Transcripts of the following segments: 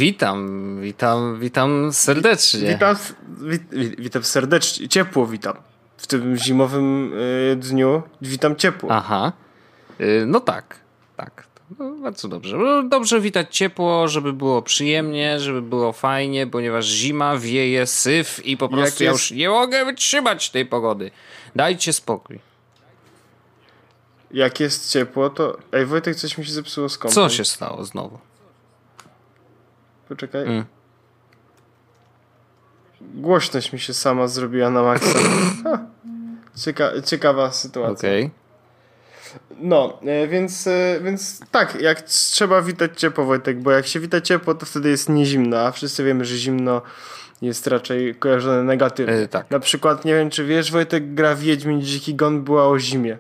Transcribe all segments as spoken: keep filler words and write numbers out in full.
Witam, witam, witam serdecznie. Witam, wit, witam serdecznie, ciepło witam. W tym zimowym y, dniu witam ciepło. Aha, y, no tak, tak. No, bardzo dobrze. Dobrze witać ciepło, żeby było przyjemnie, żeby było fajnie, ponieważ zima, wieje, syf i po prostu Jak ja jest... już nie mogę wytrzymać tej pogody. Dajcie spokój. Jak jest ciepło, to... Ej, Wojtek, coś mi się zepsuło z kompem. Co się stało znowu? Poczekaj. Mm. Głośność mi się sama zrobiła na maksa. Cieka- ciekawa sytuacja. Okej. Okay. No, więc, więc tak, jak trzeba witać ciepło, Wojtek, bo jak się wita ciepło, to wtedy jest nie zimno, a wszyscy wiemy, że zimno jest raczej kojarzone negatywnie. Yy, tak. Na przykład, nie wiem, czy wiesz, Wojtek, gra Wiedźmin Dziki Gon była o zimie.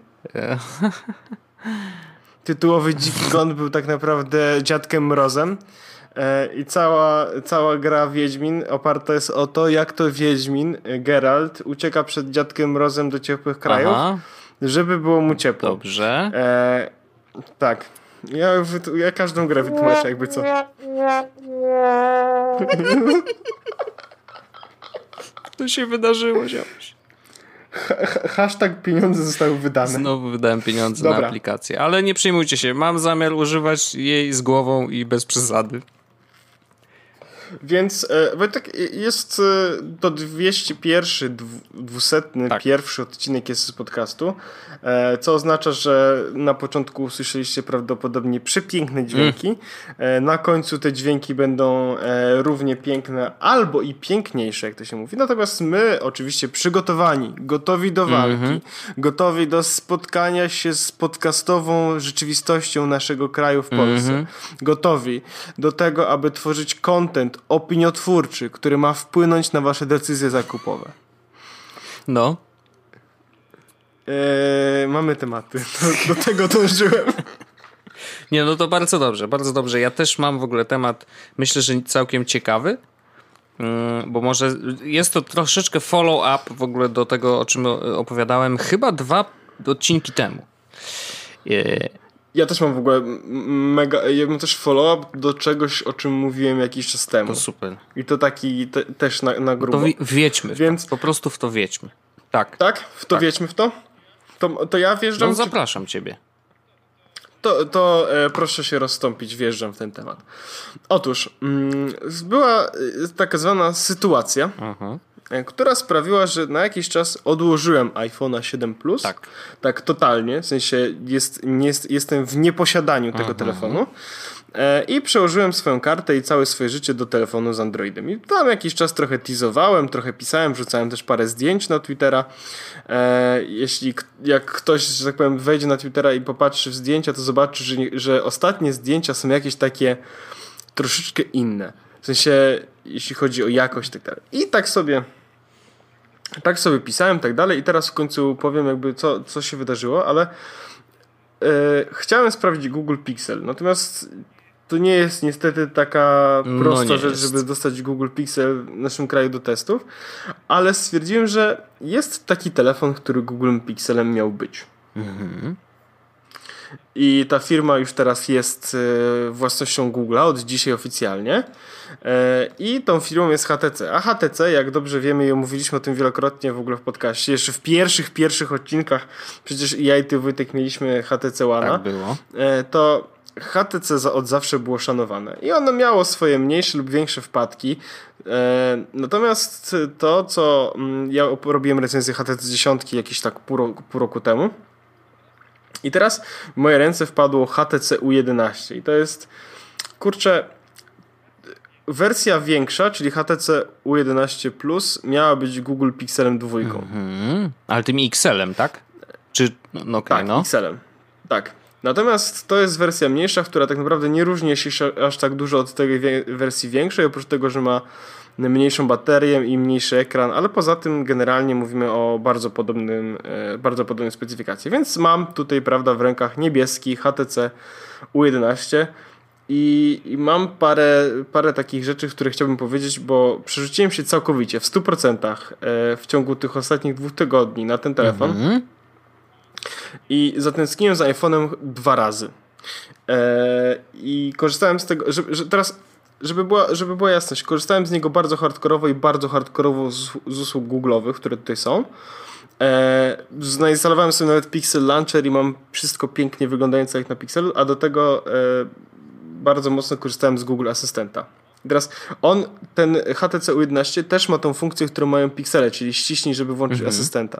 Tytułowy Dziki Gon był tak naprawdę Dziadkiem Mrozem. I cała, cała gra Wiedźmin oparta jest o to, jak to Wiedźmin, Geralt, ucieka przed Dziadkiem Mrozem do ciepłych krajów, Aha. żeby było mu ciepło. Dobrze. E, tak. Ja, ja każdą grę wytłumaczę, jakby co. To się wydarzyło, ziomuś. Hashtag pieniądze zostały wydane. Znowu wydałem pieniądze Dobra. na aplikację, ale nie przejmujcie się, mam zamiar używać jej z głową i bez przesady. Więc e, Wojtek, jest e, to dwieście jeden, dwusetny, tak. pierwszy odcinek jest z podcastu, e, co oznacza, że na początku usłyszeliście prawdopodobnie przepiękne dźwięki, mm. e, na końcu te dźwięki będą e, równie piękne albo i piękniejsze, jak to się mówi. Natomiast my oczywiście przygotowani, gotowi do walki, mm-hmm. gotowi do spotkania się z podcastową rzeczywistością naszego kraju w Polsce, mm-hmm. gotowi do tego, aby tworzyć content opiniotwórczy, który ma wpłynąć na wasze decyzje zakupowe. No. Eee, mamy tematy. Do, do tego dążyłem. Nie, no to bardzo dobrze, bardzo dobrze. Ja też mam w ogóle temat, myślę, że całkiem ciekawy, bo może jest to troszeczkę follow-up w ogóle do tego, o czym opowiadałem chyba dwa odcinki temu. Eee, Ja też mam w ogóle mega, ja mam też follow-up do czegoś, o czym mówiłem jakiś czas temu. To super. I to taki te, też na, na grubo. To wi- wiedźmy, Więc... po prostu w to wiedźmy. Tak. Tak? W to tak. wiedźmy w to? To, to ja wjeżdżam? No zapraszam czy... ciebie. To, to e, proszę się rozstąpić, wjeżdżam w ten temat. Otóż mm, była taka zwana sytuacja, uh-huh. która sprawiła, że na jakiś czas odłożyłem iPhone'a siedem Plus. Tak. Tak totalnie, w sensie jest, nie jest, jestem w nieposiadaniu tego uh-huh. telefonu. E, I przełożyłem swoją kartę i całe swoje życie do telefonu z Androidem. I tam jakiś czas trochę teasowałem, trochę pisałem, wrzucałem też parę zdjęć na Twittera. E, jeśli jak ktoś, że tak powiem, wejdzie na Twittera i popatrzy w zdjęcia, to zobaczy, że, że ostatnie zdjęcia są jakieś takie troszeczkę inne. W sensie, jeśli chodzi o jakość i tak dalej. I tak sobie tak sobie pisałem, tak dalej. I teraz w końcu powiem jakby co, co się wydarzyło, ale e, chciałem sprawdzić Google Pixel. Natomiast to nie jest niestety taka prosta no rzecz, jest. żeby dostać Google Pixel w naszym kraju do testów, ale stwierdziłem, że jest taki telefon, który Google Pixelem miał być. Mhm. I ta firma już teraz jest własnością Google'a od dzisiaj oficjalnie. I tą firmą jest H T C. A H T C, jak dobrze wiemy i omówiliśmy o tym wielokrotnie w ogóle w podcaście, jeszcze w pierwszych, pierwszych odcinkach, przecież ja i ty, Wojtek, mieliśmy H T C One'a. Tak było. To H T C od zawsze było szanowane. I ono miało swoje mniejsze lub większe wpadki. Natomiast to, co ja robiłem recenzję H T C dziesięć jakieś tak pół roku, pół roku temu, i teraz w moje ręce wpadło H T C U jedenaście i to jest, kurczę, wersja większa, czyli H T C U jedenaście Plus miała być Google Pixelem dwa. Mm-hmm. Ale tym X L-em, tak? Czy, no okej, tak, no. X L-em, tak. Natomiast to jest wersja mniejsza, która tak naprawdę nie różni się aż tak dużo od tej wersji większej, oprócz tego, że ma mniejszą baterię i mniejszy ekran, ale poza tym generalnie mówimy o bardzo podobnym, bardzo podobnej specyfikacji. Więc mam tutaj, prawda, w rękach niebieski H T C U jedenaście i, i mam parę, parę takich rzeczy, które chciałbym powiedzieć, bo przerzuciłem się całkowicie w stu procentach w ciągu tych ostatnich dwóch tygodni na ten telefon. Mm-hmm. I zatęskniłem za iPhone'em dwa razy. Eee, I korzystałem z tego, że, że teraz żeby była, żeby była jasność, korzystałem z niego bardzo hardkorowo i bardzo hardkorowo z, z usług Google'owych, które tutaj są. E, zainstalowałem sobie nawet Pixel Launcher i mam wszystko pięknie wyglądające jak na Pixelu, a do tego e, bardzo mocno korzystałem z Google Asystenta. Teraz on, ten H T C U jedenaście też ma tą funkcję, którą mają Pixele, czyli ściśnij, żeby włączyć mhm. asystenta.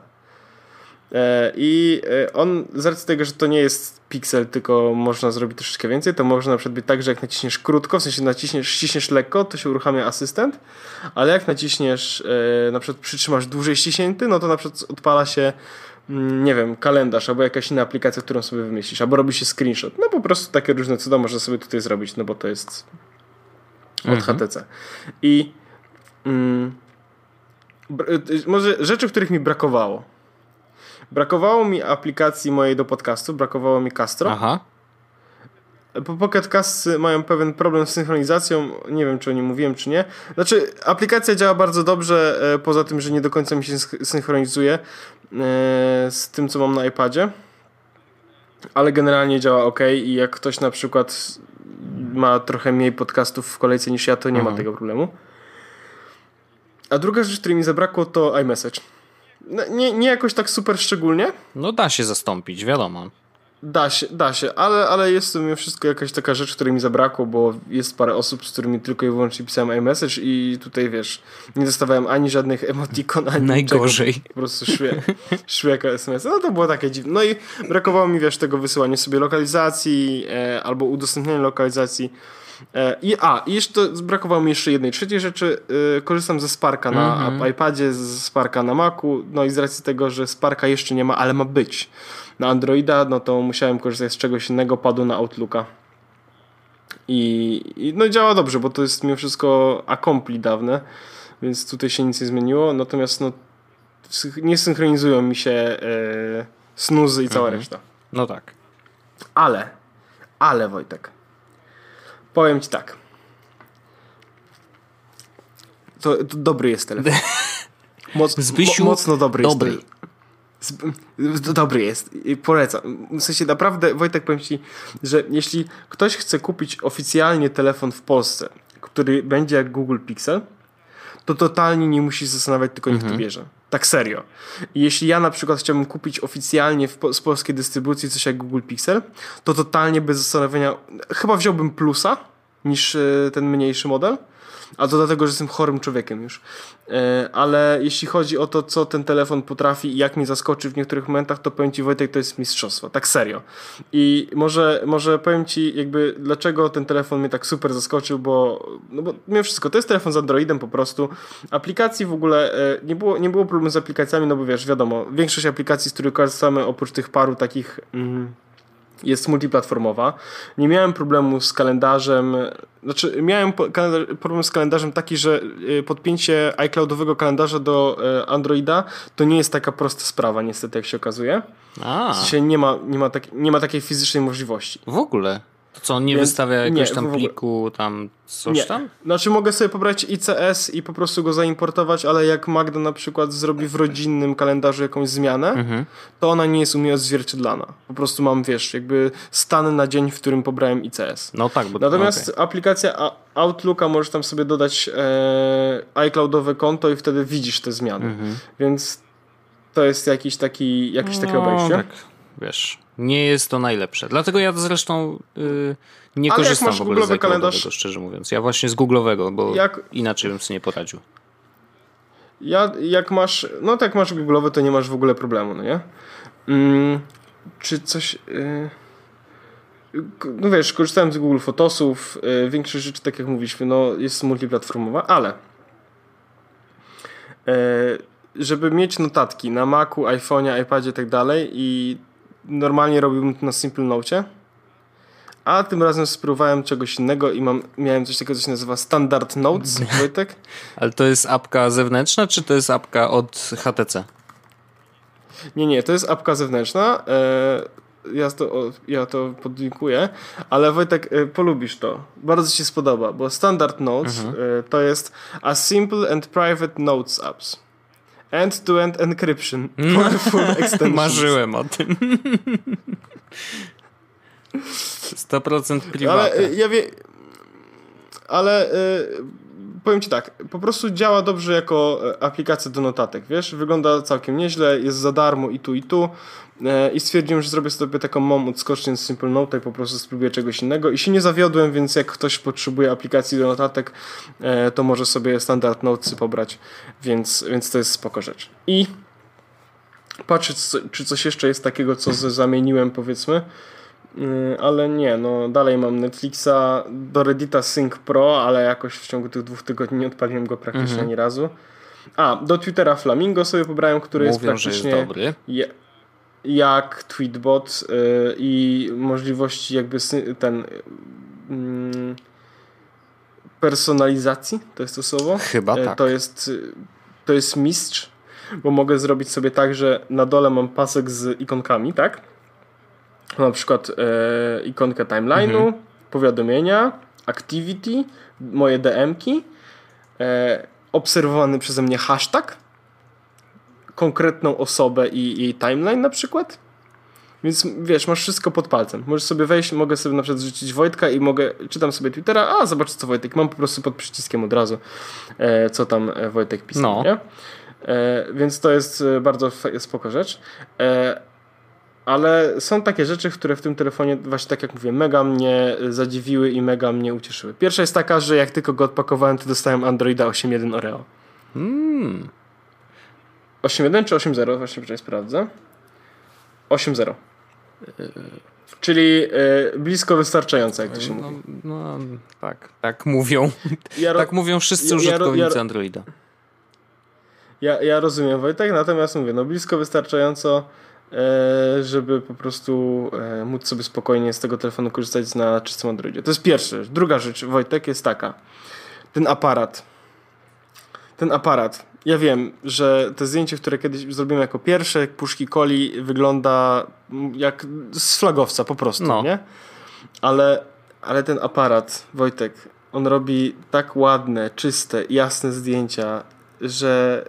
I on, z racji tego, że to nie jest Pixel, tylko można zrobić troszeczkę więcej, to można na przykład być tak, że jak naciśniesz krótko, w sensie naciśniesz, ściśniesz lekko, to się uruchamia asystent, ale jak naciśniesz, na przykład przytrzymasz dłużej ściśnięty, no to na przykład odpala się, nie wiem, kalendarz albo jakaś inna aplikacja, którą sobie wymyślisz, albo robi się screenshot. No po prostu takie różne cuda można sobie tutaj zrobić, no bo to jest od mhm. H T C. I mm, może rzeczy, których mi brakowało. Brakowało mi aplikacji mojej do podcastu, brakowało mi Castro. Aha. Pocket Casts mają pewien problem z synchronizacją, nie wiem czy o nim mówiłem czy nie. Znaczy aplikacja działa bardzo dobrze, poza tym, że nie do końca mi się synchronizuje z tym, co mam na iPadzie. Ale generalnie działa ok i jak ktoś na przykład ma trochę mniej podcastów w kolejce niż ja, to nie mhm. ma tego problemu. A druga rzecz, której mi zabrakło, to iMessage. No, nie, nie jakoś tak super szczególnie. No da się zastąpić, wiadomo. Da się, da się, ale, ale jest to mimo wszystko jakaś taka rzecz, której mi zabrakło, bo jest parę osób, z którymi tylko i wyłącznie pisałem iMessage i tutaj wiesz, nie dostawałem ani żadnych emotikon, ani najgorzej. Niczego, po prostu szły, szły jako es em esy. No to było takie dziwne. No i brakowało mi, wiesz, tego wysyłania sobie lokalizacji e, albo udostępniania lokalizacji. E, I a, i jeszcze brakowało mi jeszcze jednej trzeciej rzeczy. E, korzystam ze Sparka na mm-hmm. iPadzie, ze Sparka na Macu, no i z racji tego, że Sparka jeszcze nie ma, ale ma być na Androida, no to musiałem korzystać z czegoś innego, padło na Outlooka. I, i no działa dobrze, bo to jest mimo wszystko Accompli dawne, więc tutaj się nic nie zmieniło, natomiast no nie synchronizują mi się e, snuzy i cała mm-hmm. reszta. No tak. Ale, ale Wojtek, powiem ci tak. To, to dobry jest telefon. Moc, Zbysiu, mo, mocno dobry, dobry jest. Dobry. Dobry jest. Polecam. W sensie naprawdę, Wojtek, powiem ci, że jeśli ktoś chce kupić oficjalnie telefon w Polsce, który będzie jak Google Pixel, to totalnie nie musi zastanawiać, tylko niech mhm. to bierze. Tak serio. I jeśli ja na przykład chciałbym kupić oficjalnie w, z polskiej dystrybucji coś jak Google Pixel, to totalnie bez zastanowienia chyba wziąłbym Plusa niż y, ten mniejszy model. A to dlatego, że jestem chorym człowiekiem już. E, ale jeśli chodzi o to, co ten telefon potrafi i jak mnie zaskoczy w niektórych momentach, to powiem ci, Wojtek, to jest mistrzostwo. Tak serio. I może, może powiem ci jakby, dlaczego ten telefon mnie tak super zaskoczył, bo, no bo mimo wszystko, to jest telefon z Androidem po prostu. Aplikacji w ogóle e, nie było, nie było problemu z aplikacjami, no bo wiesz, wiadomo, większość aplikacji, z których korzystamy, oprócz tych paru takich... Mm, jest multiplatformowa. Nie miałem problemu z kalendarzem. Znaczy, miałem problem z kalendarzem taki, że podpięcie iCloudowego kalendarza do Androida to nie jest taka prosta sprawa, niestety, jak się okazuje. A. W sensie nie ma, nie ma, tak, nie ma takiej fizycznej możliwości. W ogóle? To co, on nie Więc, wystawia jakiegoś nie, tam pliku, tam coś nie. tam? Znaczy mogę sobie pobrać I C S i po prostu go zaimportować, ale jak Magda na przykład zrobi w rodzinnym kalendarzu jakąś zmianę, mhm. to ona nie jest u mnie odzwierciedlana. Po prostu mam, wiesz, jakby stan na dzień, w którym pobrałem I C S. No tak. Bo, Natomiast okay. aplikacja Outlooka możesz tam sobie dodać e, iCloudowe konto i wtedy widzisz te zmiany. Mhm. Więc to jest jakiś taki, jakieś takie no, obejście. Tak, wiesz... Nie jest to najlepsze. Dlatego ja zresztą yy, nie Ale korzystam jak masz w ogóle z iCloudowego, kalendarz... szczerze mówiąc. Ja właśnie z Google'owego, bo jak... inaczej bym sobie nie poradził. Ja, jak masz, no tak, masz Google'owy, to nie masz w ogóle problemu, no nie? Mm, czy coś... Yy... No wiesz, korzystałem z Google Photosów, yy, większość rzeczy, tak jak mówiliśmy, no jest multiplatformowa, ale yy, żeby mieć notatki na Macu, iPhone'ie, iPadzie i tak dalej i normalnie robiłbym to na Simple Note, a tym razem spróbowałem czegoś innego i mam, miałem coś takiego, co się nazywa Standard Notes, Wojtek. Ale to jest apka zewnętrzna, czy to jest apka od H T C? Nie, nie, to jest apka zewnętrzna. Ja to, ja to podlinkuję, ale Wojtek, polubisz to. Bardzo ci się spodoba, bo Standard Notes mhm. to jest a simple and private notes apps. End-to-end encryption. Powerful extensions. Marzyłem o tym. sto procent prywatne. Ale ja wie... ale y, powiem ci tak, po prostu działa dobrze jako aplikacja do notatek, wiesz, wygląda całkiem nieźle, jest za darmo i tu i tu y, i stwierdziłem, że zrobię sobie taką małą odskocznię z Simple Note i po prostu spróbuję czegoś innego i się nie zawiodłem, więc jak ktoś potrzebuje aplikacji do notatek, y, to może sobie standard Notesy pobrać, więc, więc to jest spoko rzecz. I patrzę, czy coś jeszcze jest takiego, co zamieniłem, powiedzmy. Yy, ale nie, no dalej mam Netflixa, do Reddita Sync Pro, ale jakoś w ciągu tych dwóch tygodni nie odpaliłem go praktycznie mm-hmm. ani razu. A, do Twittera Flamingo sobie pobrałem, który Mówią, jest praktycznie że jest dobry. Je, jak Tweetbot yy, i możliwości jakby sy- ten yy, personalizacji, to jest to słowo? Chyba yy, tak. To jest, to jest mistrz, bo mogę zrobić sobie tak, że na dole mam pasek z ikonkami, tak? Na przykład e, ikonkę timeline'u, mhm. powiadomienia, activity, moje D M-ki, e, obserwowany przeze mnie hashtag, konkretną osobę i jej timeline na przykład. Więc wiesz, masz wszystko pod palcem. Możesz sobie wejść, mogę sobie na przykład rzucić Wojtka i mogę, czytam sobie Twittera, a zobacz co Wojtek, mam po prostu pod przyciskiem od razu, e, co tam Wojtek pisał, no. nie? E, więc to jest bardzo spoko rzecz. E, Ale są takie rzeczy, które w tym telefonie, właśnie tak jak mówię, mega mnie zadziwiły i mega mnie ucieszyły. Pierwsza jest taka, że jak tylko go odpakowałem, to dostałem Androida osiem jeden Oreo. Mm. osiem jeden czy osiem zero? Właśnie wczoraj sprawdzę. osiem zero. Yy. Czyli y, blisko wystarczające, jak to się no, mówi. No tak, tak mówią. Ja ro- tak mówią wszyscy ja, użytkownicy ja, ja, Androida. Ja, ja rozumiem, Wojtek, natomiast mówię, no blisko wystarczająco, żeby po prostu móc sobie spokojnie z tego telefonu korzystać na czystym Androidzie. To jest pierwsza rzecz. Druga rzecz, Wojtek, jest taka. Ten aparat. Ten aparat. Ja wiem, że to zdjęcie, które kiedyś zrobiłem jako pierwsze, puszki coli, wygląda jak z flagowca po prostu, no. nie? Ale, ale ten aparat, Wojtek, on robi tak ładne, czyste, jasne zdjęcia, że...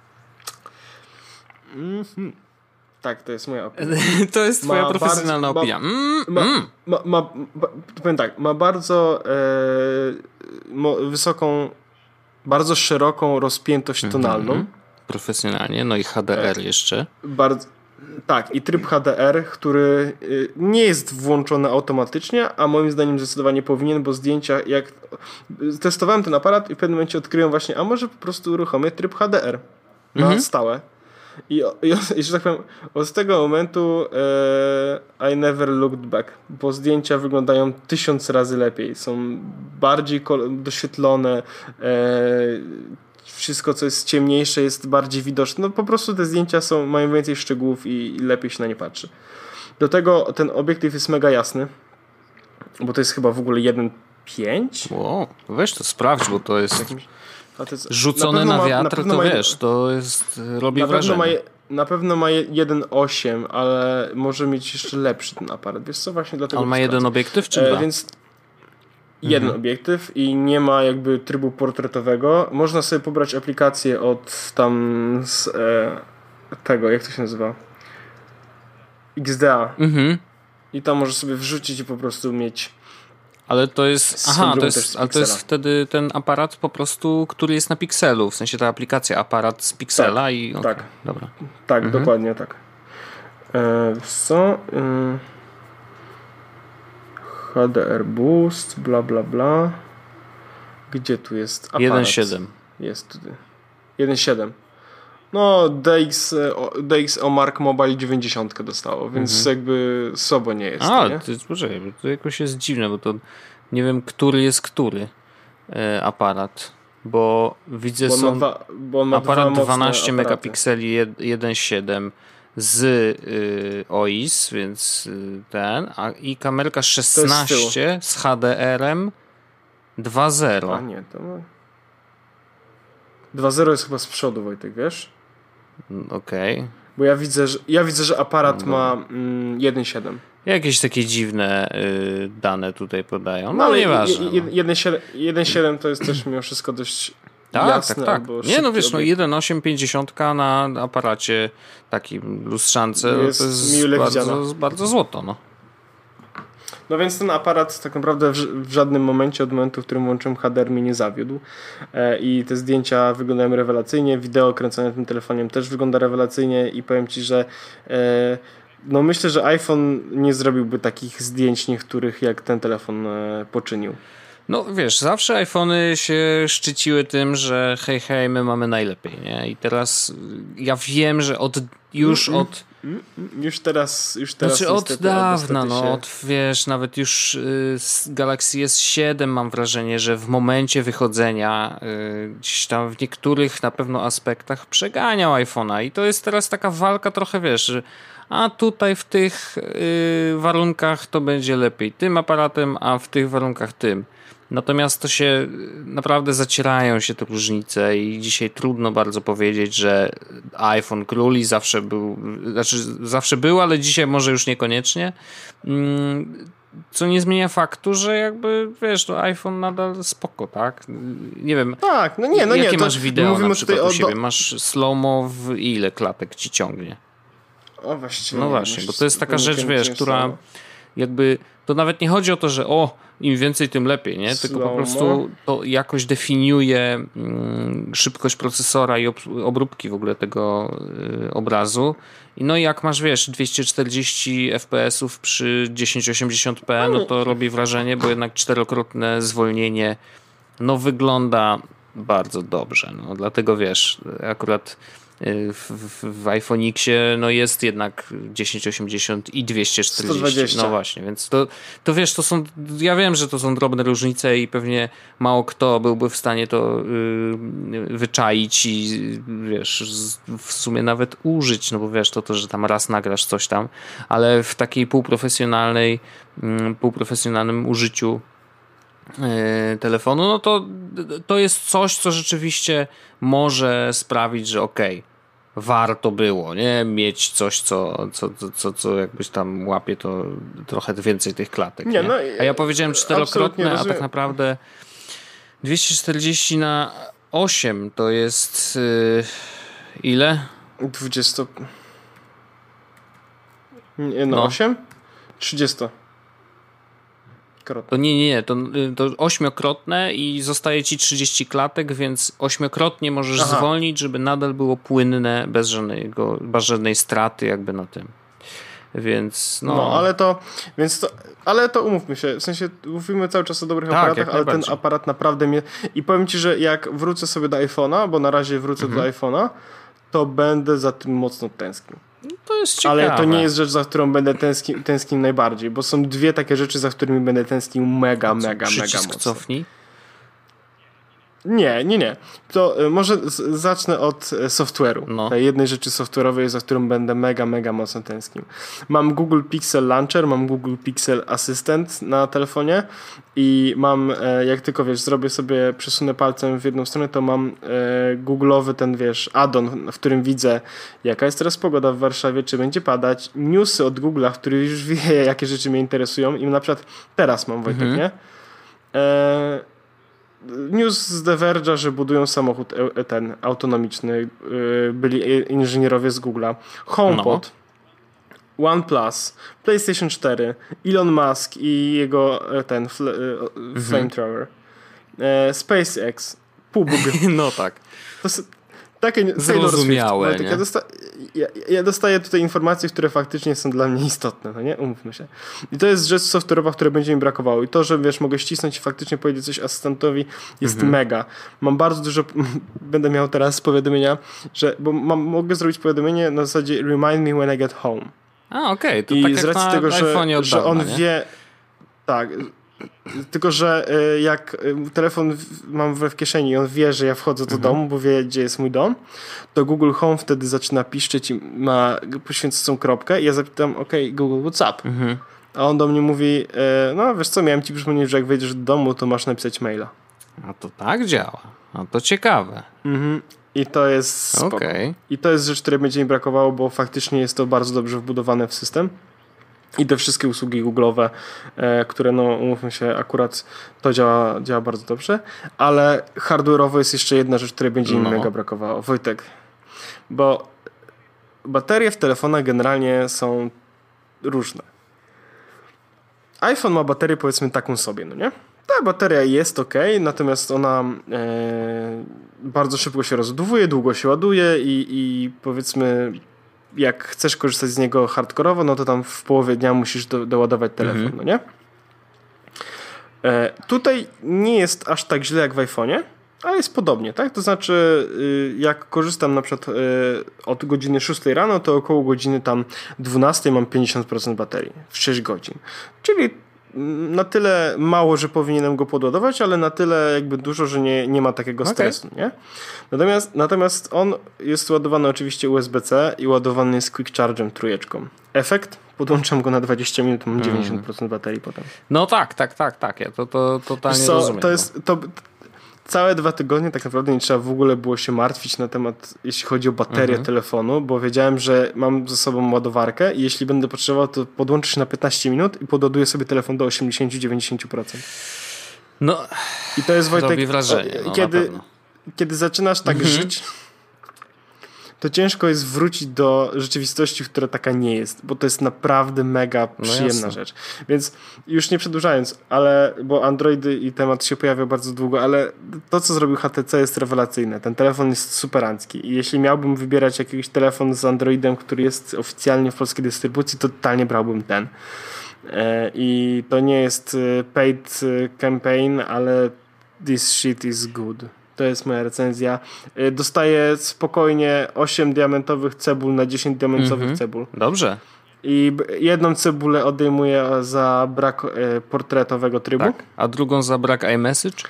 Mm-hmm. Tak, to jest moja opinia. To jest twoja ma profesjonalna bardzo, opinia. Mm, ma, mm. Ma, ma, ma, powiem tak, ma bardzo e, mo, wysoką, bardzo szeroką rozpiętość tonalną. Mm-hmm. Profesjonalnie, no i H D R e, jeszcze. Bardzo, tak, i tryb H D R, który nie jest włączony automatycznie, a moim zdaniem zdecydowanie powinien, bo zdjęcia, jak testowałem ten aparat i w pewnym momencie odkryłem właśnie, a może po prostu uruchomię tryb H D R na mm-hmm. stałe. I, i, i że tak powiem, od tego momentu e, I never looked back, bo zdjęcia wyglądają tysiąc razy lepiej, są bardziej kol- doświetlone, e, wszystko co jest ciemniejsze jest bardziej widoczne, no po prostu te zdjęcia są, mają więcej szczegółów i, i lepiej się na nie patrzy. Do tego ten obiektyw jest mega jasny, bo to jest chyba w ogóle jeden pięć. Wow, weź to sprawdź, bo to jest... Jakimś... Jest, rzucone na, na wiatr, na to ma, wiesz, to jest, robi na wrażenie. Pewno ma, na pewno ma jeden osiem, ale może mieć jeszcze lepszy ten aparat. Wiesz co, właśnie dlatego... On ma jeden obiektyw, czy dwa? E, więc jeden mhm. obiektyw i nie ma jakby trybu portretowego. Można sobie pobrać aplikację od tam z e, tego, jak to się nazywa? X D A. Mhm. I tam możesz sobie wrzucić i po prostu mieć... Ale to jest, aha, to jest, ale to jest wtedy ten aparat po prostu, który jest na pikselu, w sensie ta aplikacja aparat z piksela tak, i... Okay, tak, dobra. Tak, mhm. dokładnie tak. E, co? E, H D R Boost, bla bla bla. Gdzie tu jest aparat? jeden siedem. Jest tutaj. jeden siedem. No, D X, D X O Mark Mobile dziewięćdziesiąt dostało, więc mhm. jakby słabo nie jest. A, nie? to, poczekaj, to jakoś jest dziwne, bo to nie wiem, który jest który e, aparat, bo widzę bo są dwa, bo ma aparat dwanaście megapikseli jeden siedem z y, O I S, więc y, ten, a i kamerka szesnaście z H D R-em dwa zero. A nie, to ma... dwa zero jest chyba z przodu, Wojtek, wiesz? Okej. Okay. Bo ja widzę, że, ja widzę, że aparat no. ma mm, jeden siedem. Jakieś takie dziwne y, dane tutaj podają. No, no ale nieważne. jeden siedem to jest też mimo wszystko dość tak, jasne. Tak, tak. Nie no wiesz, no jeden osiem pięćdziesiąt na aparacie takim lustrzance jest, to jest bardzo, bardzo złoto. No. No więc ten aparat tak naprawdę w, w żadnym momencie od momentu, w którym włączyłem H D R mnie nie zawiódł e, i te zdjęcia wyglądają rewelacyjnie, wideo kręcone tym telefonem też wygląda rewelacyjnie i powiem Ci, że e, no myślę, że iPhone nie zrobiłby takich zdjęć niektórych, jak ten telefon e, poczynił. No wiesz, zawsze iPhony się szczyciły tym, że hej, hej, my mamy najlepiej, nie? I teraz ja wiem, że od już mm, od... Mm, mm, już teraz już teraz znaczy od dawna, no, się... od, wiesz, nawet już y, z Galaxy S siedem mam wrażenie, że w momencie wychodzenia y, gdzieś tam w niektórych na pewno aspektach przeganiał iPhone'a i to jest teraz taka walka trochę, wiesz, że a tutaj w tych y, warunkach to będzie lepiej tym aparatem, a w tych warunkach tym. Natomiast to się naprawdę zacierają się te różnice i dzisiaj trudno bardzo powiedzieć, że iPhone króli zawsze był, znaczy zawsze był, ale dzisiaj może już niekoniecznie. Co nie zmienia faktu, że jakby wiesz, to iPhone nadal spoko, tak? Nie wiem. Tak, no nie, no jakie nie. masz wideo na przykład u siebie? Do... Masz slow-mo w ile klatek ci ciągnie? O właśnie. No właśnie, bo to jest taka rzecz, wiesz, która jakby, to nawet nie chodzi o to, że o, im więcej, tym lepiej, nie? Tylko po prostu to jakoś definiuje mm, szybkość procesora i ob- obróbki w ogóle tego y, obrazu. I no i jak masz, wiesz, dwieście czterdzieści F P S ów przy tysiąc osiemdziesiąt p, no to robi wrażenie, bo jednak czterokrotne zwolnienie no wygląda bardzo dobrze. No dlatego, wiesz, akurat w, w, w iPhone X-ie no jest jednak tysiąc osiemdziesiąt i dwieście czterdzieści. sto dwadzieścia. No właśnie, więc to, to wiesz, to są, ja wiem, że to są drobne różnice i pewnie mało kto byłby w stanie to yy, wyczaić i wiesz, w sumie nawet użyć, no bo wiesz, to to, że tam raz nagrasz coś tam, ale w takiej półprofesjonalnej, yy, półprofesjonalnym użyciu telefonu, no to to jest coś, co rzeczywiście może sprawić, że okej, okay, warto było, nie? Mieć coś, co, co, co, co jakbyś tam łapie, to trochę więcej tych klatek. Nie, nie? No, a ja powiedziałem czterokrotne, a tak naprawdę dwieście czterdzieści na osiem to jest yy, ile? dwadzieścia Nie, no, no. osiem? trzydzieści. To nie, nie, nie, to, to ośmiokrotne i zostaje ci trzydzieści klatek, więc ośmiokrotnie możesz Aha. zwolnić, żeby nadal było płynne, bez żadnego, bez żadnej straty jakby na tym. Więc no... no ale to, więc to, ale to umówmy się, w sensie mówimy cały czas o dobrych tak, aparatach, ale ten aparat naprawdę mnie... I powiem ci, że jak wrócę sobie do iPhone'a, bo na razie wrócę mhm. do iPhone'a, to będę za tym mocno tęsknił. To jest ciekawe. Ale to nie jest rzecz, za którą będę tęsknił, tęsknił najbardziej, bo są dwie takie rzeczy, za którymi będę tęsknił mega, Co, mega, mega mocno. Cofnij? Nie, nie, nie. To y, może z, zacznę od y, software'u. No. Tej jednej rzeczy software'owej, za którą będę mega, mega mocno tęsknił. Mam Google Pixel Launcher, mam Google Pixel Assistant na telefonie i mam, e, jak tylko wiesz, zrobię sobie, przesunę palcem w jedną stronę, to mam e, Google'owy ten, wiesz, add-on, w którym widzę, jaka jest teraz pogoda w Warszawie, czy będzie padać, newsy od Google'a, w których już wie, jakie rzeczy mnie interesują i na przykład teraz mam, Wojtek, mhm. nie? E, News z The Verge'a, że budują samochód ten autonomiczny, byli inżynierowie z Google'a. HomePod, no. OnePlus, PlayStation cztery, Elon Musk i jego ten fl- mhm. Flamethrower, SpaceX, P U B G. No tak. To są takie zrozumiałe, Swift, ja, dosta- ja, ja dostaję tutaj informacje, które faktycznie są dla mnie istotne, no nie? Umówmy się. I to jest rzecz software'owa, której będzie mi brakowało. I to, że wiesz, mogę ścisnąć i faktycznie powiedzieć coś asystentowi, jest mhm. mega. Mam bardzo dużo, będę miał teraz powiadomienia, że, bo mam, mogę zrobić powiadomienie na zasadzie remind me when I get home. A, okej, okay. to I tak z racji jak tego, na że, iPhone'ie że on dawna, wie, tak, tylko że jak telefon mam w kieszeni i on wie, że ja wchodzę do mhm. domu, bo wie, gdzie jest mój dom, to Google Home wtedy zaczyna piszczeć i ma poświęconą kropkę i ja zapytam, ok, Google, what's up? Mhm. A on do mnie mówi, no wiesz co, miałem ci przypomnieć, że jak wejdziesz do domu, to masz napisać maila. A to tak działa. A to ciekawe. Mhm. I to jest spoko. Okay. I to jest rzecz, której będzie mi brakowało, bo faktycznie jest to bardzo dobrze wbudowane w system. I te wszystkie usługi Google'owe, e, które, no umówmy się, akurat to działa, działa bardzo dobrze, ale hardware'owo jest jeszcze jedna rzecz, której będzie mi no. mega brakowało. Wojtek, bo baterie w telefonach generalnie są różne. iPhone ma baterię powiedzmy taką sobie, no nie? Ta bateria jest ok, natomiast ona e, bardzo szybko się rozładowuje, długo się ładuje i, i powiedzmy jak chcesz korzystać z niego hardkorowo, no to tam w połowie dnia musisz do, doładować telefon, mhm. no nie? E, tutaj nie jest aż tak źle jak w iPhone'ie, ale jest podobnie, tak? To znaczy y, jak korzystam na przykład y, od godziny szóstej rano, to około godziny tam dwunastej mam pięćdziesiąt procent baterii w sześć godzin. Czyli na tyle mało, że powinienem go podładować, ale na tyle jakby dużo, że nie, nie ma takiego stresu, okay. nie? Natomiast, natomiast on jest ładowany oczywiście U S B C i ładowany jest Quick Charge'em trójeczką. Efekt? Podłączam go na dwadzieścia minut, mam dziewięćdziesiąt procent baterii potem. No tak, tak, tak, tak. Ja to, to totalnie co, rozumiem. To jest... To, Całe dwa tygodnie tak naprawdę nie trzeba w ogóle było się martwić na temat, jeśli chodzi o baterię mhm. telefonu, bo wiedziałem, że mam ze sobą ładowarkę i jeśli będę potrzebował, to podłączę się na piętnaście minut i podładuję sobie telefon do osiemdziesiąt do dziewięćdziesięciu procent. No, i to jest, Wojtek, robi wrażenie. No, kiedy, kiedy zaczynasz tak mhm. żyć, to ciężko jest wrócić do rzeczywistości, która taka nie jest, bo to jest naprawdę mega przyjemna no rzecz. Więc już nie przedłużając, ale bo Androidy i temat się pojawiał bardzo długo, ale to, co zrobił H T C jest rewelacyjne. Ten telefon jest superancki i jeśli miałbym wybierać jakiś telefon z Androidem, który jest oficjalnie w polskiej dystrybucji, to totalnie brałbym ten. I to nie jest paid campaign, ale this shit is good. To jest moja recenzja. Dostaję spokojnie osiem diamentowych cebul na dziesięć diamentowych mm-hmm. cebul. Dobrze. I jedną cebulę odejmuję za brak e, portretowego trybu. Tak. A drugą za brak iMessage?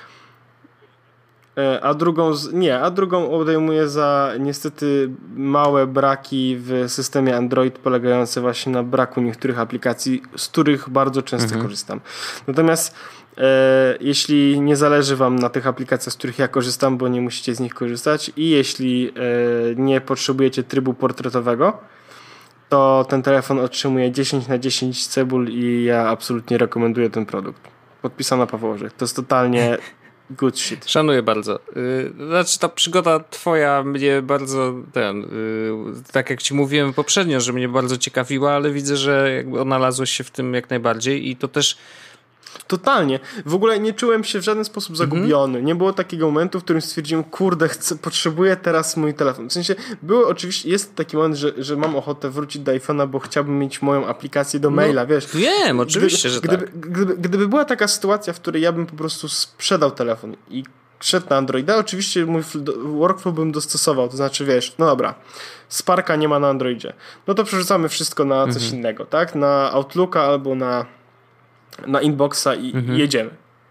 E, a drugą z, nie, a drugą odejmuję za niestety małe braki w systemie Android polegające właśnie na braku niektórych aplikacji, z których bardzo często mm-hmm. korzystam. Natomiast E, jeśli nie zależy wam na tych aplikacjach, z których ja korzystam, bo nie musicie z nich korzystać i jeśli e, nie potrzebujecie trybu portretowego, to ten telefon otrzymuje dziesięć na dziesięć cebul i ja absolutnie rekomenduję ten produkt. Podpisana Paweł Orzech. To jest totalnie good shit. Szanuję bardzo. Yy, znaczy ta przygoda twoja mnie bardzo ten, yy, tak jak ci mówiłem poprzednio, że mnie bardzo ciekawiła, ale widzę, że jakby odnalazłeś się w tym jak najbardziej i to też totalnie. W ogóle nie czułem się w żaden sposób zagubiony. Mm-hmm. Nie było takiego momentu, w którym stwierdziłem, kurde, chcę, potrzebuję teraz mój telefon. W sensie, było oczywiście, jest taki moment, że, że mam ochotę wrócić do iPhone'a, bo chciałbym mieć moją aplikację do maila, no, wiesz. Wiem, oczywiście, gdyby, że gdyby, tak. Gdyby, gdyby była taka sytuacja, w której ja bym po prostu sprzedał telefon i szedł na Androida, oczywiście mój workflow bym dostosował, to znaczy, wiesz, no dobra, Sparka nie ma na Androidzie. No to przerzucamy wszystko na coś mm-hmm. innego, tak? Na Outlooka albo na na inboxa i mhm. jedziemy.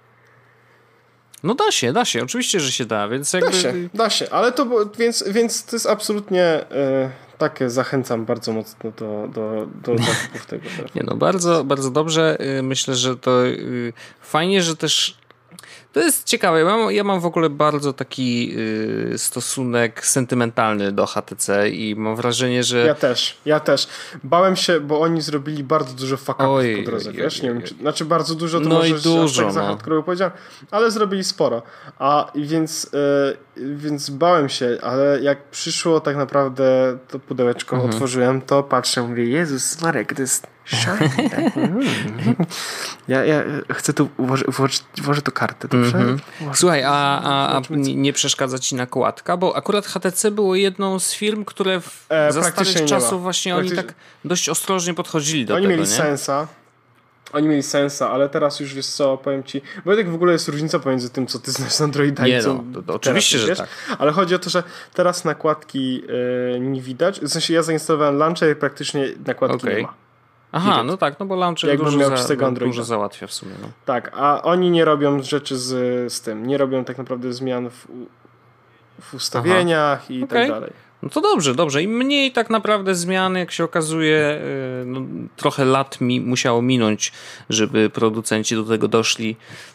No da się, da się. Oczywiście, że się da, więc jakby... Da się, da się, ale to, więc, więc to jest absolutnie e, takie, zachęcam bardzo mocno do, do, do zakupów tego telefonu. Nie no, bardzo, bardzo dobrze. Myślę, że to fajnie, że też to jest ciekawe. Ja mam, ja mam w ogóle bardzo taki y, stosunek sentymentalny do H T C i mam wrażenie, że... Ja też, ja też. Bałem się, bo oni zrobili bardzo dużo fuck-upów po drodze, oj, wiesz? Nie oj, wiem, czy, znaczy bardzo dużo, to no może i dużo, tak za hardcore powiedziałem, ale zrobili sporo. A więc, y, więc bałem się, ale jak przyszło tak naprawdę to pudełeczko, mhm. otworzyłem, to patrzę, mówię, Jezus Marek, to jest shiny, tak? ja, ja chcę tu włożyć, włożyć, włożę tu kartę, dobrze? Mm-hmm. Słuchaj, a, a, a nie przeszkadza ci nakładka? Bo akurat H T C było jedną z firm, które w, e, za starych czasów właśnie Praktycznie... oni tak dość ostrożnie podchodzili do oni tego, mieli nie? sensa. Oni mieli sensa, ale teraz już wiesz co, powiem ci, bo tak w ogóle jest różnica pomiędzy tym, co ty znasz z Androida nie i co no, to, to oczywiście, teraz, że wiesz? tak. Ale chodzi o to, że teraz nakładki yy, nie widać. W sensie ja zainstalowałem Launcher i praktycznie nakładki okay. nie ma. Aha, widać. No tak, no bo Launcher Jakbym dużo, miał za, czystego Androida. dużo załatwia w sumie. No. Tak, a oni nie robią rzeczy z, z tym, nie robią tak naprawdę zmian w, w ustawieniach Aha. i okay. tak dalej. No to dobrze, dobrze. Im mniej tak naprawdę zmian, jak się okazuje, no, trochę lat mi musiało minąć, żeby producenci do tego doszli,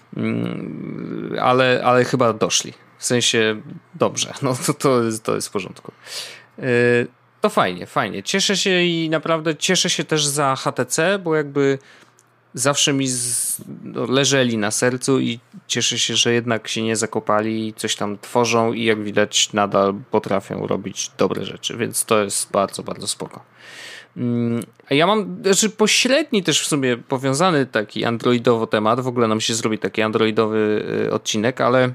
ale, ale chyba doszli. W sensie dobrze, no to, to, jest, to jest w porządku. To fajnie, fajnie. Cieszę się i naprawdę cieszę się też za H T C, bo jakby zawsze mi z, no, leżeli na sercu i cieszę się, że jednak się nie zakopali, coś tam tworzą i jak widać nadal potrafią robić dobre rzeczy, więc to jest bardzo, bardzo spoko. A ja mam, znaczy pośredni też w sumie powiązany taki androidowo temat, w ogóle nam się zrobi taki androidowy odcinek, ale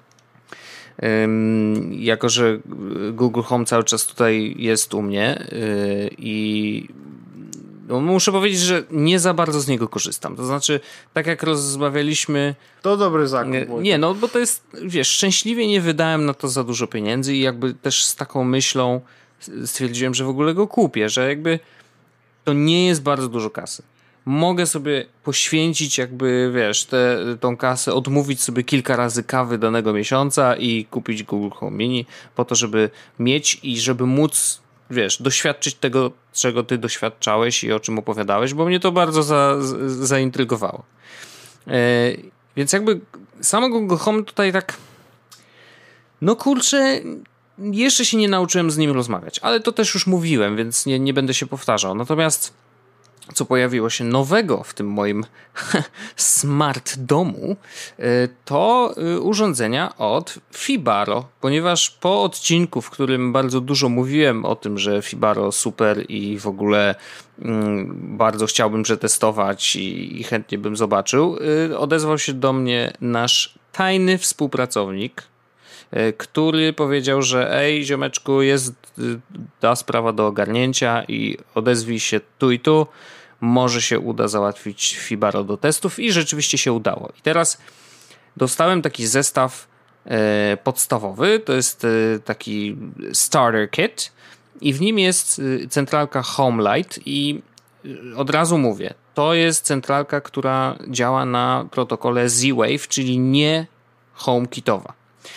jako, że Google Home cały czas tutaj jest u mnie i no muszę powiedzieć, że nie za bardzo z niego korzystam. To znaczy, tak jak rozmawialiśmy... To dobry zakup. Nie, nie, no bo to jest, wiesz, szczęśliwie nie wydałem na to za dużo pieniędzy i jakby też z taką myślą stwierdziłem, że w ogóle go kupię, że jakby to nie jest bardzo dużo kasy. Mogę sobie poświęcić jakby, wiesz, tę tą kasę, odmówić sobie kilka razy kawy danego miesiąca i kupić Google Home Mini po to, żeby mieć i żeby móc, wiesz, doświadczyć tego, czego ty doświadczałeś i o czym opowiadałeś, bo mnie to bardzo za, za, zaintrygowało. Yy, więc jakby samo Google Home tutaj tak no kurczę, jeszcze się nie nauczyłem z nim rozmawiać, ale to też już mówiłem, więc nie, nie będę się powtarzał. Natomiast co pojawiło się nowego w tym moim smart domu, to urządzenia od Fibaro, ponieważ po odcinku, w którym bardzo dużo mówiłem o tym, że Fibaro super i w ogóle bardzo chciałbym przetestować i, i chętnie bym zobaczył, odezwał się do mnie nasz tajny współpracownik, który powiedział, że ej ziomeczku, jest ta sprawa do ogarnięcia i odezwij się tu i tu, może się uda załatwić Fibaro do testów i rzeczywiście się udało. I teraz dostałem taki zestaw e, podstawowy, to jest e, taki starter kit i w nim jest centralka Homelight i od razu mówię, to jest centralka, która działa na protokole Z-Wave, czyli nie HomeKitowa.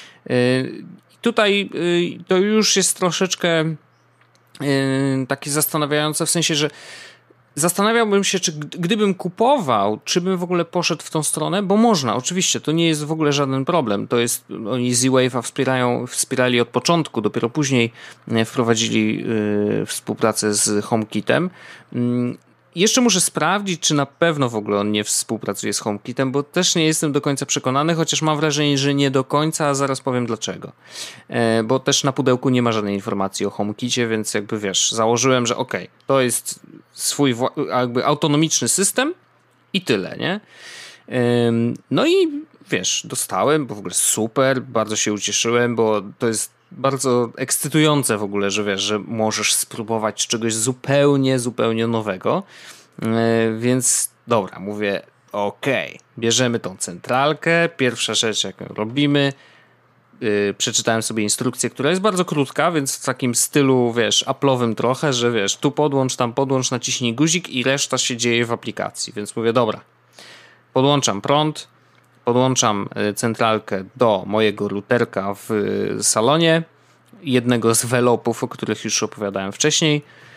Tutaj to już jest troszeczkę takie zastanawiające, w sensie, że zastanawiałbym się, czy gdybym kupował, czy bym w ogóle poszedł w tą stronę, bo można, oczywiście, to nie jest w ogóle żaden problem, to jest, oni Z-Wave'a wspierają, wspierali od początku, dopiero później wprowadzili współpracę z HomeKitem. Jeszcze muszę sprawdzić, czy na pewno w ogóle on nie współpracuje z HomeKitem, bo też nie jestem do końca przekonany, chociaż mam wrażenie, że nie do końca, a zaraz powiem dlaczego. E, bo też na pudełku nie ma żadnej informacji o HomeKicie, więc jakby wiesz, założyłem, że okej, okay, to jest swój jakby autonomiczny system i tyle, nie? E, no i wiesz, dostałem, bo w ogóle super, bardzo się ucieszyłem, bo to jest bardzo ekscytujące w ogóle, że wiesz, że możesz spróbować czegoś zupełnie, zupełnie nowego. Yy, więc dobra, mówię, okej, okay, bierzemy tą centralkę, pierwsza rzecz jaką robimy, yy, przeczytałem sobie instrukcję, która jest bardzo krótka, więc w takim stylu, wiesz, Apple'owym trochę, że wiesz, tu podłącz, tam podłącz, naciśnij guzik i reszta się dzieje w aplikacji, więc mówię, dobra, podłączam prąd, podłączam centralkę do mojego routerka w salonie, jednego z velopów, o których już opowiadałem wcześniej.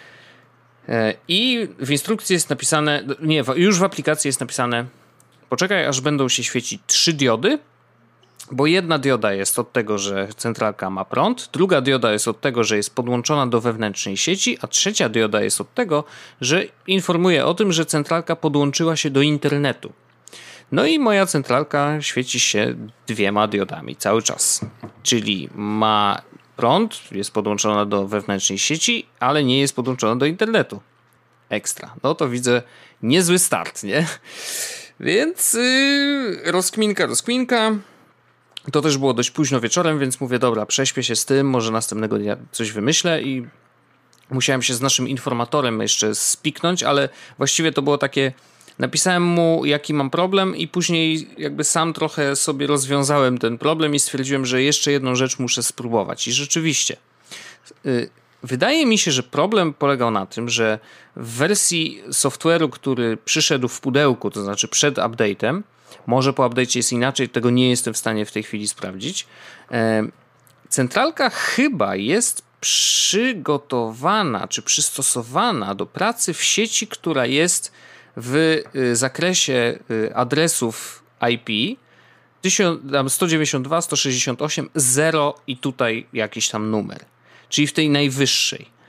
I w instrukcji jest napisane, nie, już w aplikacji jest napisane, poczekaj, aż będą się świecić trzy diody, bo jedna dioda jest od tego, że centralka ma prąd, druga dioda jest od tego, że jest podłączona do wewnętrznej sieci, a trzecia dioda jest od tego, że informuje o tym, że centralka podłączyła się do internetu. No i moja centralka świeci się dwiema diodami cały czas, czyli ma prąd, jest podłączona do wewnętrznej sieci, ale nie jest podłączona do internetu. Ekstra. No to widzę niezły start, nie? Więc yy, rozkminka, rozkminka. To też było dość późno wieczorem, więc mówię, dobra, prześpię się z tym, może następnego dnia coś wymyślę i musiałem się z naszym informatorem jeszcze spiknąć, ale właściwie to było takie... Napisałem mu, jaki mam problem i później jakby sam trochę sobie rozwiązałem ten problem i stwierdziłem, że jeszcze jedną rzecz muszę spróbować. I rzeczywiście, yy, wydaje mi się, że problem polegał na tym, że w wersji software'u, który przyszedł w pudełku, to znaczy przed update'em, może po update'cie jest inaczej, tego nie jestem w stanie w tej chwili sprawdzić, yy, centralka chyba jest przygotowana czy przystosowana do pracy w sieci, która jest w zakresie adresów I P sto dziewięćdziesiąt dwa, sto sześćdziesiąt osiem, zero i tutaj jakiś tam numer, czyli w tej najwyższej.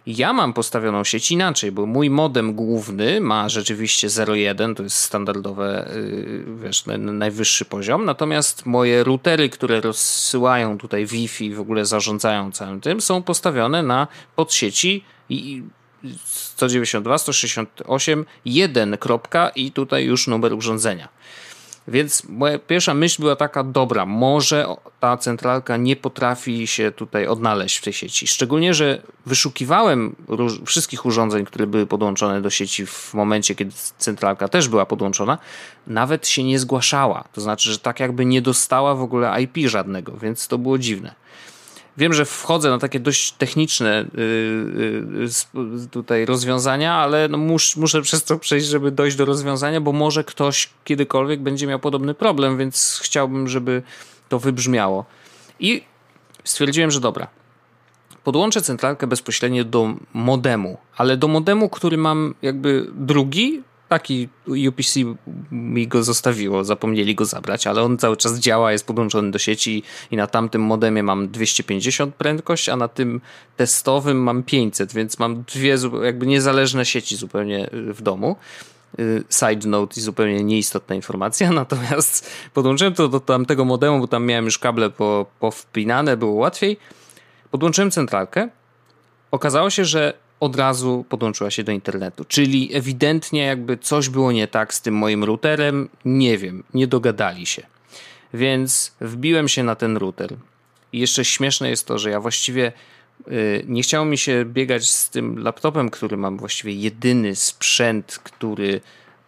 Ja mam postawioną sieć inaczej, bo mój modem główny ma rzeczywiście zero jeden, to jest standardowe, wiesz, najwyższy poziom, natomiast moje routery, które rozsyłają tutaj Wi-Fi, w ogóle zarządzają całym tym, są postawione na podsieci i sto dziewięćdziesiąt dwa, sto sześćdziesiąt osiem, jeden kropka i tutaj już numer urządzenia. Więc moja pierwsza myśl była taka, dobra, może ta centralka nie potrafi się tutaj odnaleźć w tej sieci. Szczególnie, że wyszukiwałem róż- wszystkich urządzeń, które były podłączone do sieci w momencie, kiedy centralka też była podłączona, nawet się nie zgłaszała. To znaczy, że tak jakby nie dostała w ogóle I P żadnego, więc to było dziwne. Wiem, że wchodzę na takie dość techniczne yy, yy, tutaj rozwiązania, ale no mus, muszę przez to przejść, żeby dojść do rozwiązania, bo może ktoś kiedykolwiek będzie miał podobny problem, więc chciałbym, żeby to wybrzmiało. I stwierdziłem, że dobra, podłączę centralkę bezpośrednio do modemu, ale do modemu, który mam jakby drugi, taki U P C mi go zostawiło, zapomnieli go zabrać, ale on cały czas działa, jest podłączony do sieci i na tamtym modemie mam dwieście pięćdziesiąt prędkość, a na tym testowym mam pięćset, więc mam dwie jakby niezależne sieci zupełnie w domu. Side note i zupełnie nieistotna informacja, natomiast podłączyłem to do tamtego modemu, bo tam miałem już kable po, powpinane, było łatwiej. Podłączyłem centralkę. Okazało się, że od razu podłączyła się do internetu, czyli ewidentnie jakby coś było nie tak z tym moim routerem, nie wiem, nie dogadali się. Więc wbiłem się na ten router i jeszcze śmieszne jest to, że ja właściwie yy, nie chciało mi się biegać z tym laptopem, który mam właściwie jedyny sprzęt, który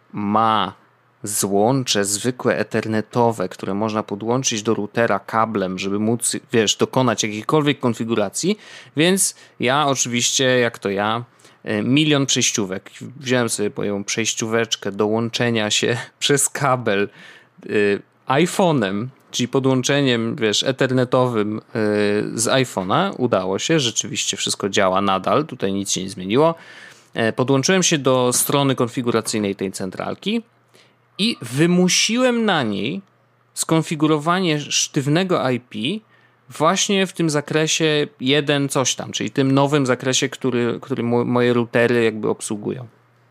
ma złącze zwykłe ethernetowe, które można podłączyć do routera kablem, żeby móc, wiesz, dokonać jakiejkolwiek konfiguracji, więc ja oczywiście, jak to ja, milion przejściówek. Wziąłem sobie moją przejścióweczkę do łączenia się przez kabel y, iPhone'em, czyli podłączeniem, wiesz, ethernetowym y, z iPhone'a. Udało się, rzeczywiście wszystko działa nadal, tutaj nic się nie zmieniło. Y, podłączyłem się do strony konfiguracyjnej tej centralki i wymusiłem na niej skonfigurowanie sztywnego I P właśnie w tym zakresie jeden coś tam, czyli tym nowym zakresie, który, który moje routery jakby obsługują.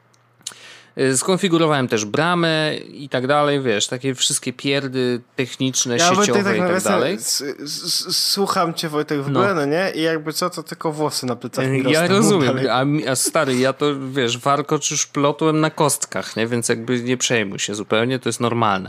Skonfigurowałem też bramę i tak dalej, wiesz, takie wszystkie pierdy techniczne, ja sieciowe tak, tak, i tak dalej. S- s- słucham cię, Wojtek, w ogóle, no. no nie? I jakby co, to tylko włosy na plecach mi Ja rozumiem, a, a stary, ja to, wiesz, warkocz już plotłem na kostkach, nie? Więc jakby nie przejmuj się zupełnie, to jest normalne.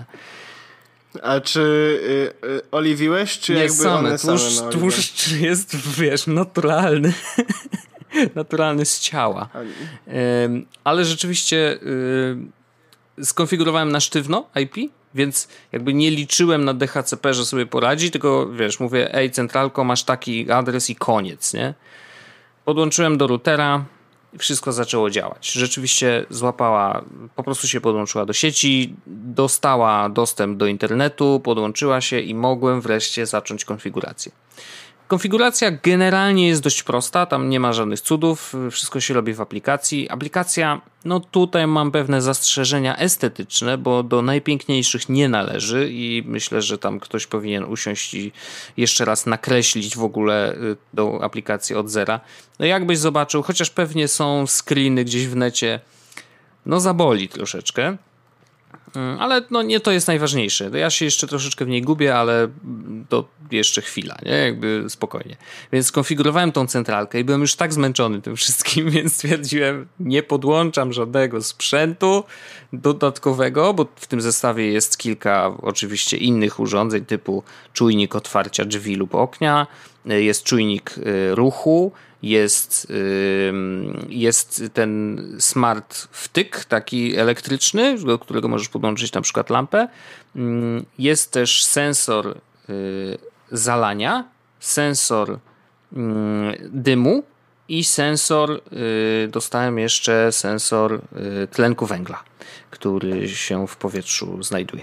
A czy y, y, oliwiłeś, czy nie, jakby same, one tłuszcz, same tłuszcz jest, wiesz, naturalny. naturalny z ciała. Um, ale rzeczywiście um, skonfigurowałem na sztywno I P, więc jakby nie liczyłem na D H C P, że sobie poradzi, tylko wiesz, mówię, ej centralko, masz taki adres i koniec, nie? Podłączyłem do routera i wszystko zaczęło działać. Rzeczywiście złapała, po prostu się podłączyła do sieci, dostała dostęp do internetu, podłączyła się i mogłem wreszcie zacząć konfigurację. Konfiguracja generalnie jest dość prosta, tam nie ma żadnych cudów, wszystko się robi w aplikacji. Aplikacja, no tutaj mam pewne zastrzeżenia estetyczne, bo do najpiękniejszych nie należy i myślę, że tam ktoś powinien usiąść i jeszcze raz nakreślić w ogóle tą aplikację od zera. No jakbyś zobaczył, chociaż pewnie są screeny gdzieś w necie, no zaboli troszeczkę. Ale no nie to jest najważniejsze. Ja się jeszcze troszeczkę w niej gubię, ale to jeszcze chwila, nie? Jakby spokojnie. Więc skonfigurowałem tą centralkę i byłem już tak zmęczony tym wszystkim, więc stwierdziłem, nie podłączam żadnego sprzętu dodatkowego, bo w tym zestawie jest kilka oczywiście innych urządzeń typu czujnik otwarcia drzwi lub okna, jest czujnik ruchu, jest, jest ten smart wtyk, taki elektryczny, do którego możesz podłączyć na przykład lampę. Jest też sensor zalania, sensor dymu i sensor, dostałem jeszcze sensor tlenku węgla, który się w powietrzu znajduje.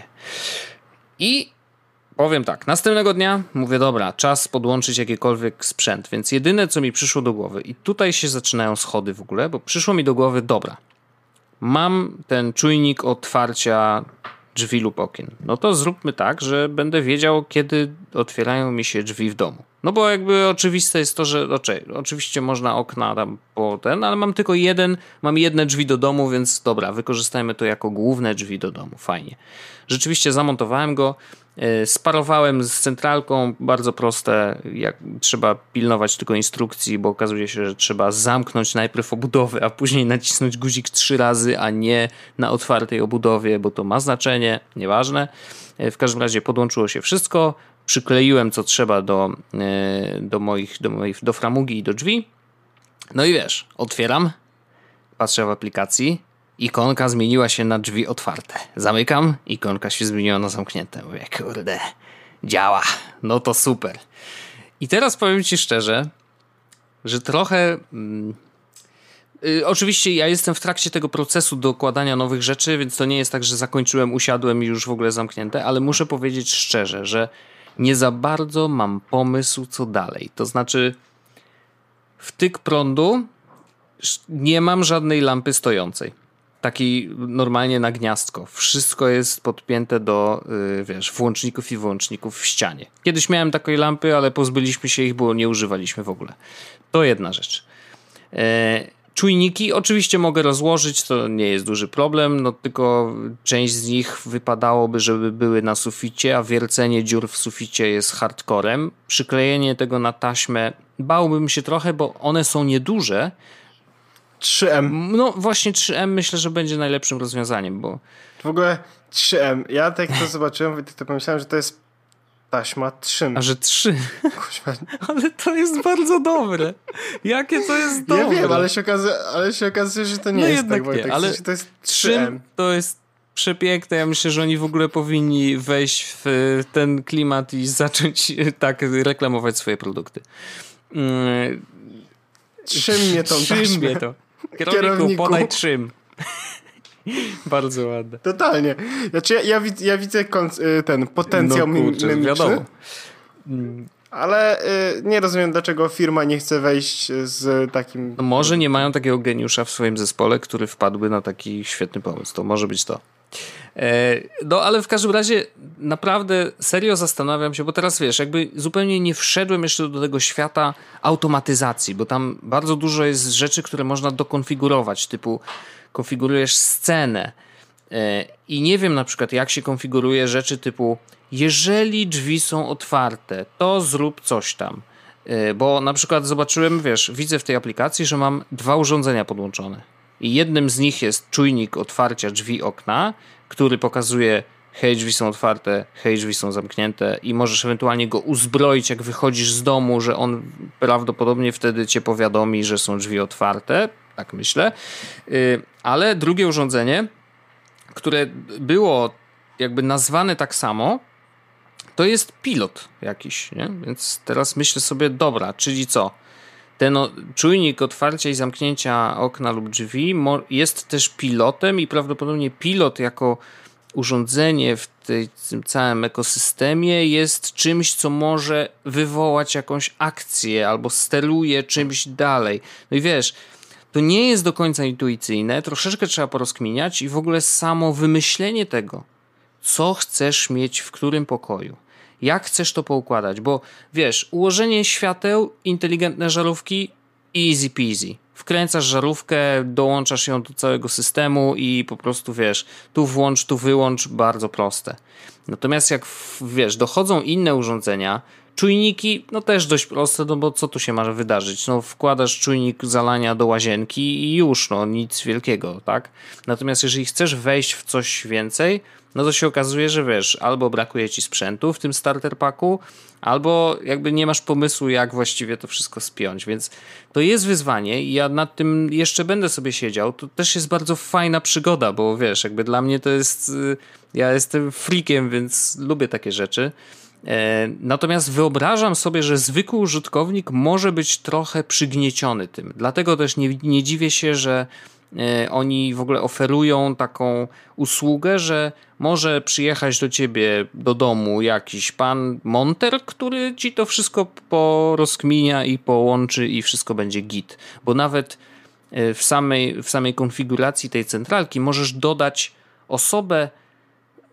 I powiem tak, następnego dnia mówię, dobra, czas podłączyć jakikolwiek sprzęt, więc jedyne, co mi przyszło do głowy, i tutaj się zaczynają schody w ogóle, bo przyszło mi do głowy, dobra, mam ten czujnik otwarcia drzwi lub okien. No to zróbmy tak, że będę wiedział, kiedy otwierają mi się drzwi w domu. No bo jakby oczywiste jest to, że oczy, oczywiście można okna tam po ten, ale mam tylko jeden, mam jedne drzwi do domu, więc dobra, wykorzystajmy to jako główne drzwi do domu. Fajnie. Rzeczywiście zamontowałem go, yy, sparowałem z centralką, bardzo proste, jak trzeba pilnować tylko instrukcji, bo okazuje się, że trzeba zamknąć najpierw obudowę, a później nacisnąć guzik trzy razy, a nie na otwartej obudowie, bo to ma znaczenie, nieważne. Yy, w każdym razie podłączyło się wszystko, przykleiłem co trzeba do, yy, do moich, do moich, do framugi i do drzwi. No i wiesz, otwieram, patrzę w aplikacji, ikonka zmieniła się na drzwi otwarte. Zamykam, ikonka się zmieniła na zamknięte. Mówię, kurde, działa. No to super. I teraz powiem ci szczerze, że trochę... Mm, y, oczywiście ja jestem w trakcie tego procesu dokładania nowych rzeczy, więc to nie jest tak, że zakończyłem, usiadłem i już w ogóle zamknięte, ale muszę powiedzieć szczerze, że nie za bardzo mam pomysł, co dalej. To znaczy, wtyk prądu nie mam żadnej lampy stojącej. Taki normalnie na gniazdko. Wszystko jest podpięte do, yy, wiesz, włączników i wyłączników w ścianie. Kiedyś miałem takiej lampy, ale pozbyliśmy się ich, bo nie używaliśmy w ogóle. To jedna rzecz. Yy, czujniki oczywiście mogę rozłożyć, to nie jest duży problem, no tylko część z nich wypadałoby, żeby były na suficie, a wiercenie dziur w suficie jest hardcorem. Przyklejenie tego na taśmę bałbym się trochę, bo one są nieduże. trzy M. No właśnie trzy M myślę, że będzie najlepszym rozwiązaniem, bo... W ogóle trzy M. Ja tak to zobaczyłem, to pomyślałem, że to jest taśma trzym. A że trzy? Ale to jest bardzo dobre. Jakie to jest dobre. Ja wiem, ale się okazuje, ale się okazuje że to nie no jest jednak tak, Wojtek. Nie, ale to jest trzy M. To jest przepiękne. Ja myślę, że oni w ogóle powinni wejść w ten klimat i zacząć tak reklamować swoje produkty. Trzym mnie tą Trzym taśmę. mnie to. Kierowniku, Kierowniku. podaj trzym. Bardzo ładne. Totalnie. Znaczy ja, ja, wid, ja widzę ten potencjał no, kurczę, mimiczny. Wiadomo. Ale y, nie rozumiem, dlaczego firma nie chce wejść z takim... No może nie mają takiego geniusza w swoim zespole, który wpadłby na taki świetny pomysł. To może być to. E, no ale w każdym razie naprawdę serio zastanawiam się, bo teraz wiesz, jakby zupełnie nie wszedłem jeszcze do tego świata automatyzacji, bo tam bardzo dużo jest rzeczy, które można dokonfigurować, typu konfigurujesz scenę e, i nie wiem na przykład jak się konfiguruje rzeczy typu jeżeli drzwi są otwarte, to zrób coś tam. Bo na przykład zobaczyłem, wiesz, widzę w tej aplikacji, że mam dwa urządzenia podłączone. I jednym z nich jest czujnik otwarcia drzwi okna, który pokazuje hej, drzwi są otwarte, hej, drzwi są zamknięte i możesz ewentualnie go uzbroić, jak wychodzisz z domu, że on prawdopodobnie wtedy cię powiadomi, że są drzwi otwarte. Tak myślę. Ale drugie urządzenie, które było jakby nazwane tak samo, to jest pilot jakiś, nie? Więc teraz myślę sobie, dobra, czyli co? Ten czujnik otwarcia i zamknięcia okna lub drzwi jest też pilotem i prawdopodobnie pilot jako urządzenie w tej, tym całym ekosystemie jest czymś, co może wywołać jakąś akcję albo steruje czymś dalej. No i wiesz, to nie jest do końca intuicyjne, troszeczkę trzeba porozkminiać i w ogóle samo wymyślenie tego, co chcesz mieć w którym pokoju. Jak chcesz to poukładać? Bo wiesz, ułożenie świateł, inteligentne żarówki, easy peasy. Wkręcasz żarówkę, dołączasz ją do całego systemu i po prostu wiesz, tu włącz, tu wyłącz, bardzo proste. Natomiast jak wiesz, dochodzą inne urządzenia, czujniki, no też dość proste, no bo co tu się ma wydarzyć? No wkładasz czujnik zalania do łazienki i już, no nic wielkiego, tak? Natomiast jeżeli chcesz wejść w coś więcej, no to się okazuje, że wiesz, albo brakuje ci sprzętu w tym starter packu, albo jakby nie masz pomysłu, jak właściwie to wszystko spiąć, więc to jest wyzwanie i ja nad tym jeszcze będę sobie siedział. To też jest bardzo fajna przygoda, bo wiesz, jakby dla mnie to jest, ja jestem freakiem, więc lubię takie rzeczy. Natomiast wyobrażam sobie, że zwykły użytkownik może być trochę przygnieciony tym. Dlatego też nie, nie dziwię się, że oni w ogóle oferują taką usługę, że może przyjechać do ciebie do domu jakiś pan monter, który ci to wszystko porozkminia i połączy i wszystko będzie git. Bo nawet w samej, w samej konfiguracji tej centralki możesz dodać osobę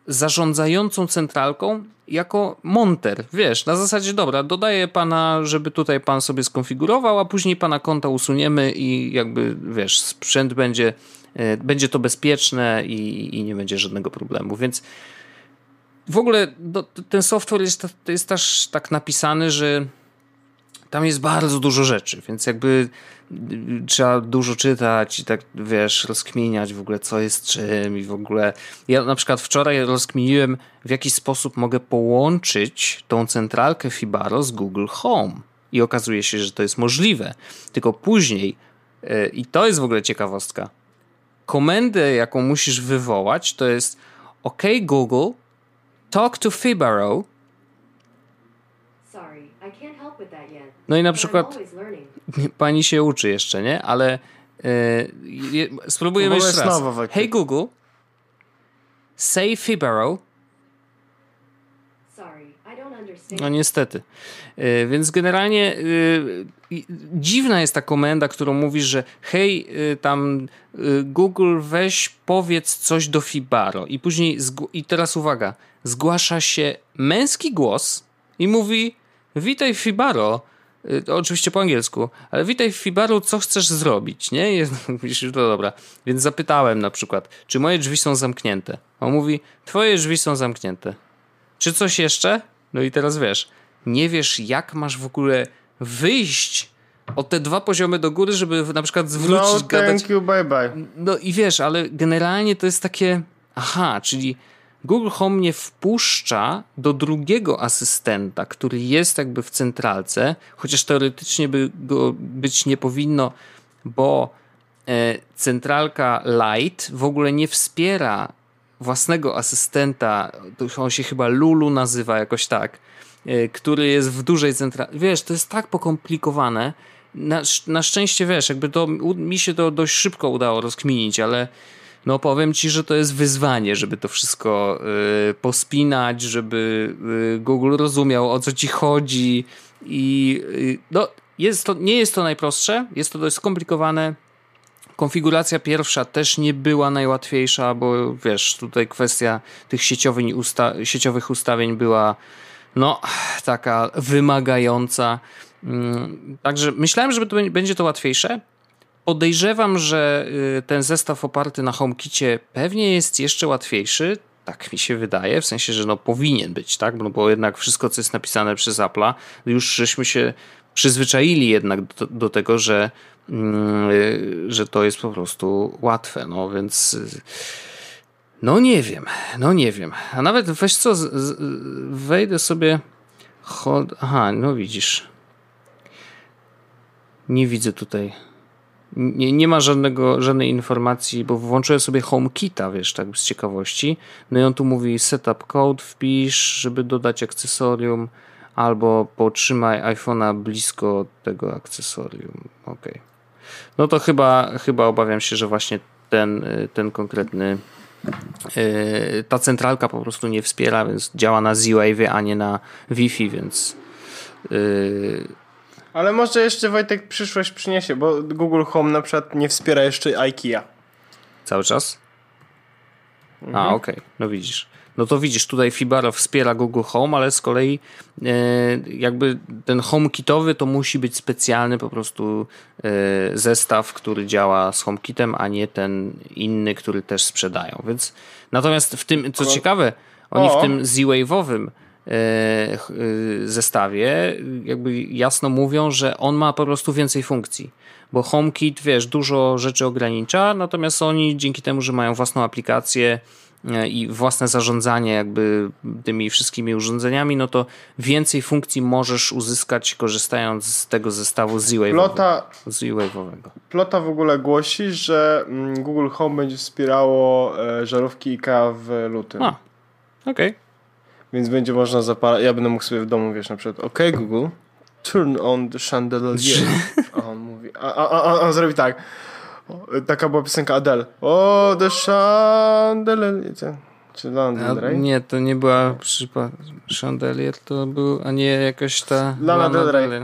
zarządzającą centralką jako monter. Wiesz, na zasadzie dobra, dodaję pana, żeby tutaj pan sobie skonfigurował, a później pana konta usuniemy i jakby, wiesz, sprzęt będzie, będzie to bezpieczne i, i nie będzie żadnego problemu. Więc w ogóle no, ten software jest, jest też tak napisany, że tam jest bardzo dużo rzeczy, więc jakby trzeba dużo czytać i tak, wiesz, rozkminiać w ogóle, co jest czym i w ogóle. Ja na przykład wczoraj rozkminiłem, w jaki sposób mogę połączyć tą centralkę Fibaro z Google Home i okazuje się, że to jest możliwe. Tylko później, yy, i to jest w ogóle ciekawostka, komendę, jaką musisz wywołać, to jest OK Google, talk to Fibaro. No i na przykład pani się uczy jeszcze, nie? Ale yy, spróbujemy jeszcze raz. Nowo, hey Google, say Fibaro. No niestety. Yy, więc generalnie yy, dziwna jest ta komenda, którą mówisz, że hej, yy, tam yy, Google, weź powiedz coś do Fibaro. I później, zg- i teraz uwaga, zgłasza się męski głos i mówi: witaj Fibaro. To oczywiście po angielsku, ale witaj w Fibaro, co chcesz zrobić, nie? Jest, myślisz, no dobra. Więc zapytałem na przykład, czy moje drzwi są zamknięte? On mówi, twoje drzwi są zamknięte. Czy coś jeszcze? No i teraz wiesz, nie wiesz, jak masz w ogóle wyjść o te dwa poziomy do góry, żeby na przykład zwrócić, no, gadać. Thank you, bye bye. No i wiesz, ale generalnie to jest takie, aha, czyli Google Home nie wpuszcza do drugiego asystenta, który jest jakby w centralce, chociaż teoretycznie by go być nie powinno, bo e, centralka Lite w ogóle nie wspiera własnego asystenta, on się chyba Lulu nazywa jakoś tak, e, który jest w dużej centralce. Wiesz, to jest tak pokomplikowane. Na, na szczęście, wiesz, jakby to mi się to dość szybko udało rozkminić, ale no powiem ci, że to jest wyzwanie, żeby to wszystko y, pospinać, żeby y, Google rozumiał, o co ci chodzi i y, no jest to, nie jest to najprostsze, jest to dość skomplikowane. Konfiguracja pierwsza też nie była najłatwiejsza, bo wiesz, tutaj kwestia tych sieciowych, usta- sieciowych ustawień była no taka wymagająca. Mm, także myślałem, że to będzie to łatwiejsze. Podejrzewam, że ten zestaw oparty na HomeKicie pewnie jest jeszcze łatwiejszy. Tak mi się wydaje, w sensie, że no powinien być, tak? No bo jednak wszystko, co jest napisane przez Apple'a, już żeśmy się przyzwyczaili jednak do, do tego, że, yy, że to jest po prostu łatwe, no więc no nie wiem, no nie wiem. A nawet weź co, z, z, wejdę sobie hold, aha, no widzisz. Nie widzę tutaj. Nie, nie ma żadnego, żadnej informacji, bo włączyłem sobie HomeKita, wiesz, tak z ciekawości. No i on tu mówi setup code, wpisz, żeby dodać akcesorium, albo potrzymaj iPhone'a blisko tego akcesorium. Okej. Okay. No to chyba, chyba obawiam się, że właśnie ten, ten konkretny yy, ta centralka po prostu nie wspiera, więc działa na Z-Wave, a nie na Wi-Fi, więc yy, ale może jeszcze, Wojtek, przyszłość przyniesie, bo Google Home na przykład nie wspiera jeszcze IKEA. Cały czas? Mhm. A, okej. Okay. No widzisz. No to widzisz, tutaj Fibaro wspiera Google Home, ale z kolei e, jakby ten HomeKitowy to musi być specjalny po prostu e, zestaw, który działa z HomeKitem, a nie ten inny, który też sprzedają. Więc natomiast w tym, co ciekawe, oni o. w tym Z-Wave'owym zestawie jakby jasno mówią, że on ma po prostu więcej funkcji, bo HomeKit, wiesz, dużo rzeczy ogranicza, natomiast oni dzięki temu, że mają własną aplikację i własne zarządzanie jakby tymi wszystkimi urządzeniami, no to więcej funkcji możesz uzyskać korzystając z tego zestawu Z-Wave'owego. Z-Wave'owego. Plota w ogóle głosi, że Google Home będzie wspierało żarówki IKEA w lutym. A, okej. Okay. Więc będzie można zapalać. Ja będę mógł sobie w domu, wiesz, na przykład OK Google, turn on the chandelier. A on mówi, a, a, a, a on zrobi tak. Taka była piosenka Adele. Oh, the chandelier. Czy Lana Del Rey? Nie, to nie była przypa- chandelier, to był, a nie jakaś ta Lana Del Rey.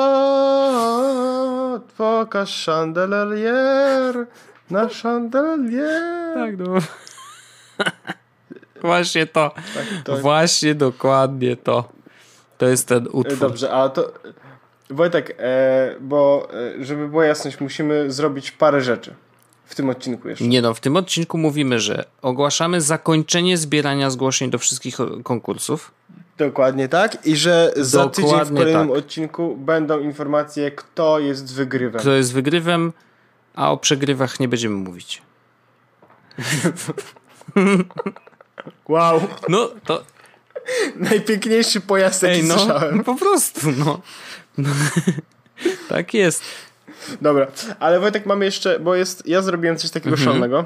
O, pokaż chandelier na chandelier. Tak, no. Właśnie to. Tak, to... Właśnie dokładnie to. To jest ten utwór. Dobrze, a to... Wojtek, e, bo e, żeby była jasność, musimy zrobić parę rzeczy w tym odcinku jeszcze. Nie no, w tym odcinku mówimy, że ogłaszamy zakończenie zbierania zgłoszeń do wszystkich konkursów. Dokładnie tak. I że za Dokładnie tydzień w kolejnym tak. odcinku będą informacje, kto jest wygrywem. Kto jest wygrywem, a o przegrywach nie będziemy mówić. Wow. No to... Najpiękniejszy pojazd, jaki Ej, no, słyszałem. po prostu, no. no. Tak jest. Dobra, ale Wojtek, mamy jeszcze, bo jest, ja zrobiłem coś takiego Mhm. szalonego,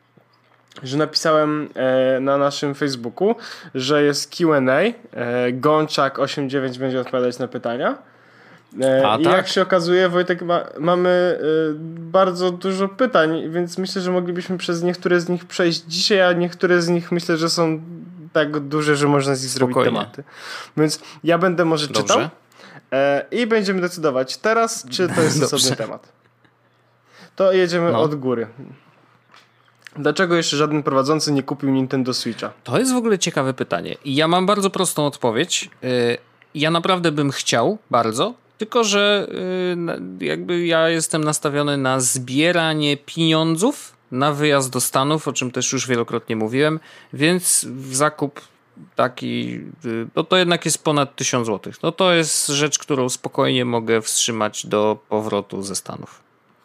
że napisałem e, na naszym Facebooku, że jest Q and A, e, Gączak osiemdziesiąt dziewięć będzie odpowiadać na pytania. E, A, I tak? jak się okazuje, Wojtek, ma, mamy e, bardzo dużo pytań, więc myślę, że moglibyśmy przez niektóre z nich przejść dzisiaj, a niektóre z nich myślę, że są tak duże, że można z nich zrobić Spokojnie. tematy. Więc ja będę może Dobrze. czytał e, i będziemy decydować teraz, czy to jest Dobrze. osobny temat. To jedziemy No. od góry. Dlaczego jeszcze żaden prowadzący nie kupił Nintendo Switcha? To jest w ogóle ciekawe pytanie. I ja mam bardzo prostą odpowiedź. Yy, Ja naprawdę bym chciał, bardzo, tylko że yy, na- jakby ja jestem nastawiony na zbieranie pieniądzów na wyjazd do Stanów, o czym też już wielokrotnie mówiłem, więc w zakup taki, yy, no to jednak jest ponad tysiąc złotych. No to jest rzecz, którą spokojnie mogę wstrzymać do powrotu ze Stanów.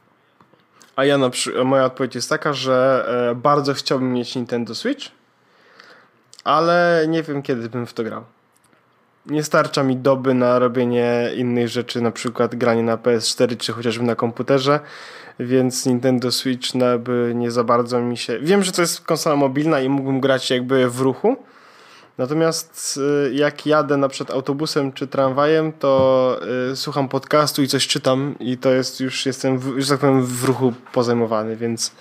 A ja na przy... moja odpowiedź jest taka, że e, bardzo chciałbym mieć Nintendo Switch, ale nie wiem, kiedy bym w to grał. Nie starcza mi doby na robienie innych rzeczy, na przykład granie na P S cztery czy chociażby na komputerze, więc Nintendo Switch no, by nie za bardzo mi się... Wiem, że to jest konsola mobilna i mógłbym grać jakby w ruchu, natomiast y, jak jadę na przykład autobusem czy tramwajem, to y, słucham podcastu i coś czytam i to jest już, jestem, w, że tak powiem, w ruchu pozajmowany, więc,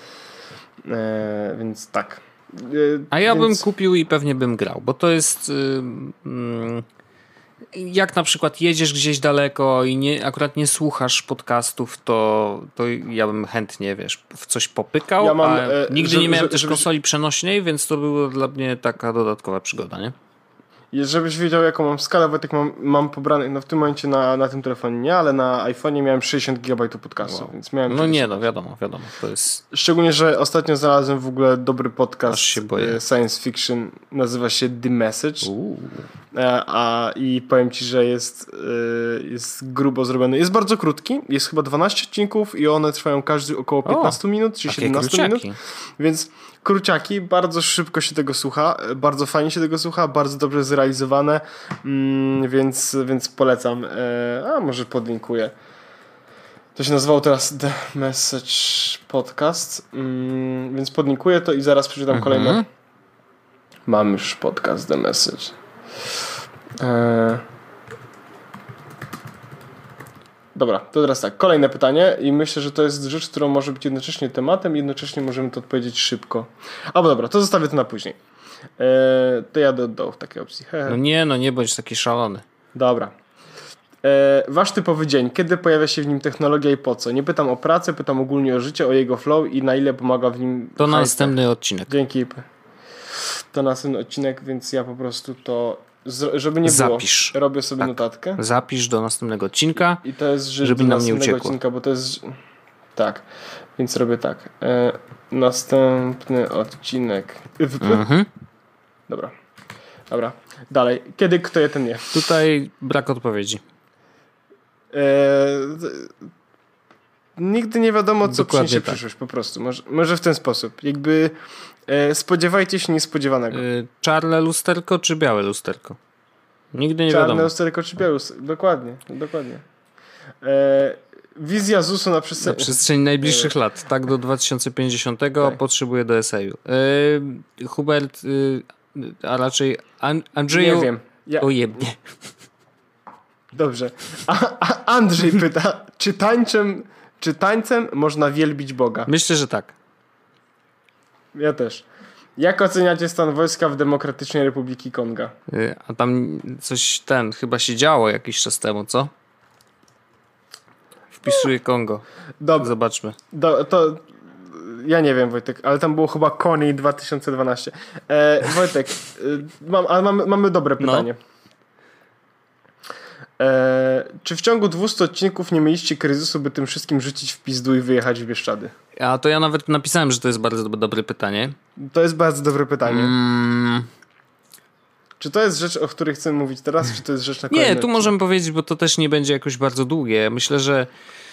e, więc tak. Y, A ja więc... bym kupił i pewnie bym grał, bo to jest... Yy, mm, jak na przykład jedziesz gdzieś daleko i nie, akurat nie słuchasz podcastów, to, to ja bym chętnie, wiesz, w coś popykał, Ja mam, a e, nigdy żeby- nie miałem żeby- też żeby- konsoli przenośnej, więc to była dla mnie taka dodatkowa przygoda, nie? I żebyś wiedział, jaką mam skalę, bo tak mam, mam pobrane, no w tym momencie na, na tym telefonie nie, ale na iPhone'ie miałem sześćdziesiąt gigabajtów podcastu, Wow. więc miałem... No czego nie, słuchać. no wiadomo, wiadomo, to jest... Szczególnie, że ostatnio znalazłem w ogóle dobry podcast Aż się boję. e, science fiction, nazywa się The Message. Uuu. E, A i powiem ci, że jest, e, jest grubo zrobiony. Jest bardzo krótki, jest chyba dwanaście odcinków i one trwają każdy około piętnaście minut czy Takie siedemnaście minut. kruciaki. Więc króciaki, bardzo szybko się tego słucha, e, bardzo fajnie się tego słucha, bardzo dobrze zrealizowane, mm, więc, więc polecam. E, A może podlinkuję. To się nazywało teraz The Message Podcast, mm, więc podlinkuję to i zaraz przeczytam Mhm. kolejne. Mam już podcast The Message. Eee... Dobra, to teraz tak, kolejne pytanie i myślę, że to jest rzecz, którą może być jednocześnie tematem i jednocześnie możemy to odpowiedzieć szybko. Albo dobra, to zostawię to na później. Eee, to jadę od dołu w takiej opcji. He, he. No nie, no nie bądź taki szalony. Dobra. E, wasz typowy dzień. Kiedy pojawia się w nim technologia i po co? Nie pytam o pracę, pytam ogólnie o życie, o jego flow i na ile pomaga w nim To high-tech. następny odcinek. Dzięki. To następny odcinek, więc ja po prostu to, zro- żeby nie Zapisz. było, robię sobie Tak. notatkę. Zapisz do następnego odcinka. I to jest rzecz Żeby do nam nie następnego uciekło. odcinka, bo to jest... Tak, więc robię tak. E, następny odcinek. Mhm. Dobra. Dobra. Dalej. Kiedy kto je, ten nie. Tutaj brak odpowiedzi. Eee, nigdy nie wiadomo, co Dokładnie przyniesie tak. przyszłość, po prostu. Może, może w ten sposób. Jakby e, spodziewajcie się niespodziewanego. Y, czarne lusterko czy białe lusterko? Nigdy nie Czarne wiadomo. lusterko czy białe lusterko. Dokładnie, dokładnie. E, wizja ZUS-u na Na przestrzeni... przestrzeni najbliższych lat, tak do dwa tysiące pięćdziesiątego Tak. potrzebuję do eseju. Y, Hubert, y, a raczej An- Andrzeju... Nie wiem. Ja, O jebnie. dobrze. A, a Andrzej pyta, czy tańczem, czy tańcem można wielbić Boga? Myślę, że tak. Ja też. Jak oceniacie stan wojska w Demokratycznej Republiki Konga? Y, a tam coś ten, chyba się działo jakiś czas temu, co? Wpisuję Kongo. Dobrze. Zobaczmy. Do, to ja nie wiem, Wojtek, ale tam było chyba Koni dwa tysiące dwanaście. E, Wojtek, e, mam, ale mamy, mamy dobre pytanie. No. E, czy w ciągu dwieście odcinków nie mieliście kryzysu, by tym wszystkim rzucić w pizdu i wyjechać w Bieszczady? A to ja nawet napisałem, że to jest bardzo dobre pytanie. To jest bardzo dobre pytanie. Mm. Czy to jest rzecz, o której chcemy mówić teraz, czy to jest rzecz na kolejny Nie, tu odcinek? możemy powiedzieć, bo to też nie będzie jakoś bardzo długie. Myślę, że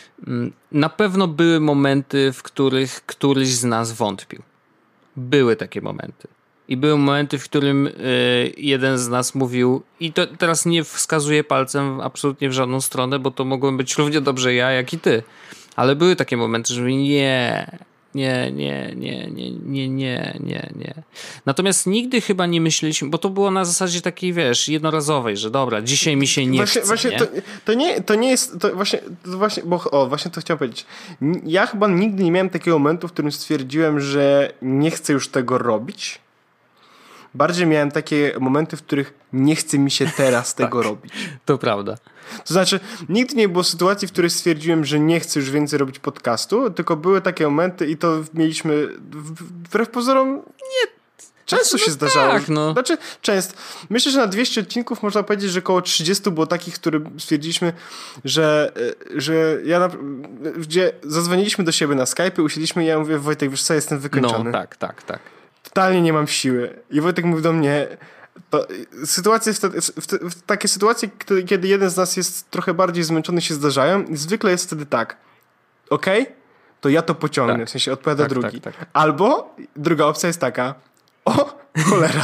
na pewno były momenty, w których któryś z nas wątpił. Były takie momenty. I były momenty, w którym y, jeden z nas mówił, i to teraz nie wskazuję palcem absolutnie w żadną stronę, bo to mogłem być równie dobrze ja, jak i ty. Ale były takie momenty, że mówię, nie, nie, nie, nie, nie, nie, nie, nie, nie. Natomiast nigdy chyba nie myśleliśmy, bo to było na zasadzie takiej, wiesz, jednorazowej, że dobra, dzisiaj mi się nie właśnie, chce. Właśnie nie? To, to, nie, to nie jest, to właśnie, to właśnie, bo o, właśnie to chciałem powiedzieć. Ja chyba nigdy nie miałem takiego momentu, w którym stwierdziłem, że nie chcę już tego robić. Bardziej miałem takie momenty, w których nie chce mi się teraz tego tak, robić. To prawda. To znaczy, nigdy nie było sytuacji, w której stwierdziłem, że nie chcę już więcej robić podcastu, tylko były takie momenty i to mieliśmy wbrew pozorom nie często znaczy, się no zdarzało. Tak, no. Znaczy, często. Myślę, że na dwieście odcinków można powiedzieć, że około trzydzieści było takich, które stwierdziliśmy, że, że ja na, gdzie zadzwoniliśmy do siebie na Skype, usiedliśmy i ja mówię, Wojtek, wiesz co, jestem wykończony. No, tak, tak, tak. Totalnie nie mam siły. I Wojtek mówi do mnie, to sytuacje, w, te, w, te, w takie sytuacje, kiedy jeden z nas jest trochę bardziej zmęczony, się zdarzają i zwykle jest wtedy tak, okej, okay, to ja to pociągnę, tak. W sensie odpowiada tak, drugi. Tak, tak. Albo druga opcja jest taka, o, cholera,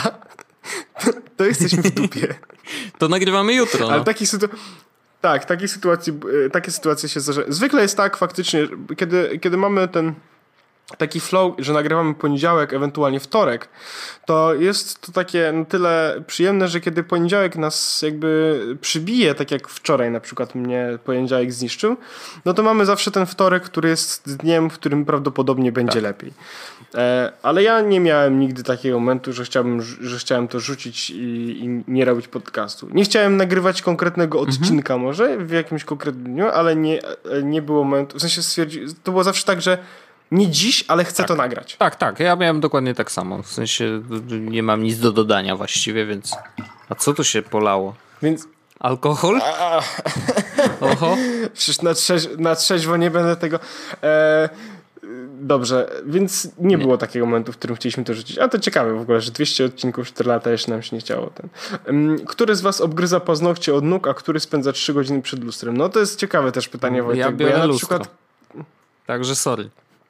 to, to jesteśmy w dupie. To nagrywamy jutro. Ale no. takich sytuacji... Tak, takie sytuacje, takie sytuacje się zdarzają. Zwykle jest tak faktycznie, kiedy, kiedy mamy ten taki flow, że nagrywamy poniedziałek, ewentualnie wtorek, to jest to takie na tyle przyjemne, że kiedy poniedziałek nas jakby przybije, tak jak wczoraj na przykład mnie poniedziałek zniszczył, no to mamy zawsze ten wtorek, który jest dniem, w którym prawdopodobnie będzie tak. lepiej. E, ale ja nie miałem nigdy takiego momentu, że chciałbym, że chciałem to rzucić i, i nie robić podcastu. Nie chciałem nagrywać konkretnego odcinka mhm. może w jakimś konkretnym dniu, ale nie, nie było momentu, w sensie stwierdzi, to było zawsze tak, że nie dziś, ale chcę tak. to nagrać. Tak, tak. Ja miałem dokładnie tak samo. W sensie nie mam nic do dodania właściwie, więc... A co tu się polało? Więc... Alkohol? A, a. Oho. Przecież na, trzeź, na trzeźwo nie będę tego... E, dobrze, więc nie, nie było takiego momentu, w którym chcieliśmy to rzucić. A to ciekawe w ogóle, że dwieście odcinków, cztery lata jeszcze nam się nie chciało. Ten. Um, który z was obgryza paznokcie od nóg, a który spędza trzy godziny przed lustrem? No to jest ciekawe też pytanie, Wojtek. Ja biorę bo ja na lustro. przykład... Także sorry.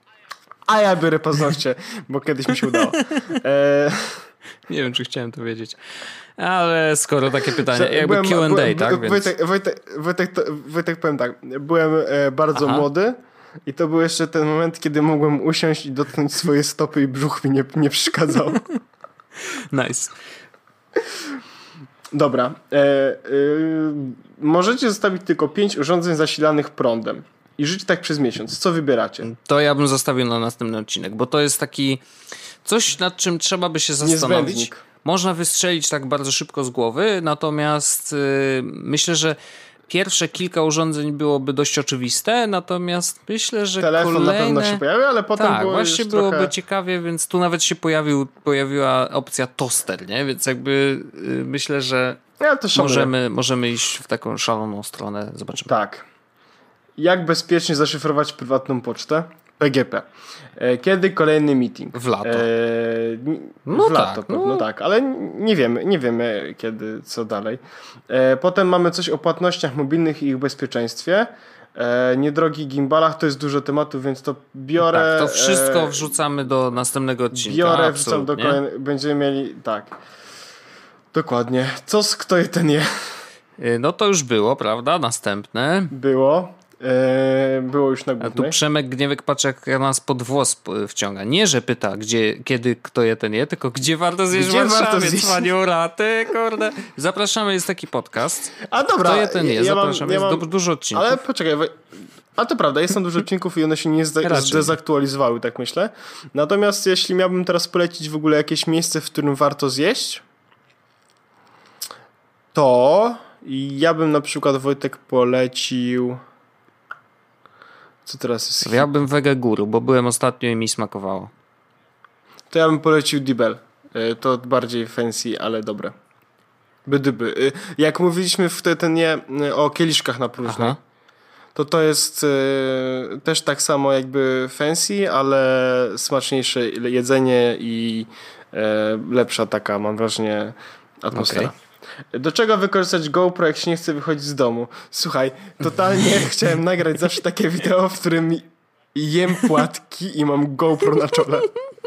A ja biorę paznokcie, bo kiedyś mi się udało. E... Nie wiem, czy chciałem to wiedzieć. Ale skoro takie pytanie, jakby Q and A, byłem, tak? Wojtek, Więc... Wojtek, Wojtek, to, Wojtek, powiem tak, byłem e, bardzo Aha. młody i to był jeszcze ten moment, kiedy mogłem usiąść i dotknąć swoje stopy i brzuch mi nie, nie przeszkadzał. Nice. Dobra. E, e, możecie zostawić tylko pięć urządzeń zasilanych prądem. I żyć tak przez miesiąc. Co wybieracie? To ja bym zostawił na następny odcinek, bo to jest taki coś, nad czym trzeba by się zastanowić. Niezbędnik. Można wystrzelić tak bardzo szybko z głowy, natomiast yy, myślę, że pierwsze kilka urządzeń byłoby dość oczywiste, natomiast myślę, że telefon kolejne... na pewno się pojawi, ale potem tak, było właśnie już byłoby trochę... ciekawie, więc tu nawet się pojawił, pojawiła opcja toster, nie? Więc jakby yy, myślę, że ja to możemy, możemy iść w taką szaloną stronę. Zobaczymy. Tak. Jak bezpiecznie zaszyfrować prywatną pocztę? P G P. Kiedy kolejny meeting? W lato. E, no w lato tak, pewno no. tak, ale nie wiemy, nie wiemy kiedy, co dalej. E, potem mamy coś o płatnościach mobilnych i ich bezpieczeństwie. E, niedrogich gimbalach, to jest dużo tematów, więc to biorę... Tak, to wszystko e, wrzucamy do następnego odcinka. Biorę, wrzucam do kolejnego... Będziemy mieli... Tak. Dokładnie. Co z kto je ten je? No to już było, prawda? Następne. Było. Eee, było już na głównej. A tu Przemek Gniewek patrzy, jak nas pod włos wciąga. Nie, że pyta, gdzie, kiedy, kto je ten je, tylko gdzie warto zjeść gdzie w Warszawie, warto zjeść? Cwaniura, ty kurde. Zapraszamy, jest taki podcast. A dobra. Kto je ten je, ja zapraszamy, mam, ja jest mam, dużo odcinków. Ale poczekaj, a to prawda, jest tam dużo odcinków i one się nie zde- zdezaktualizowały, tak myślę. Natomiast jeśli miałbym teraz polecić w ogóle jakieś miejsce, w którym warto zjeść, to ja bym na przykład, Wojtek, polecił... Co teraz jest? Ja bym Vega Guru, bo byłem ostatnio i mi smakowało. To ja bym polecił Dibel. To bardziej fancy, ale dobre. Bydyby. Jak mówiliśmy w te, ten nie o kieliszkach na próżno, Aha. to to jest y, też tak samo jakby fancy, ale smaczniejsze jedzenie i y, lepsza taka, mam wrażenie, atmosfera. Okay. Do czego wykorzystać GoPro, jak się nie chce wychodzić z domu? Słuchaj, totalnie chciałem nagrać zawsze takie wideo, w którym jem płatki i mam GoPro na czole.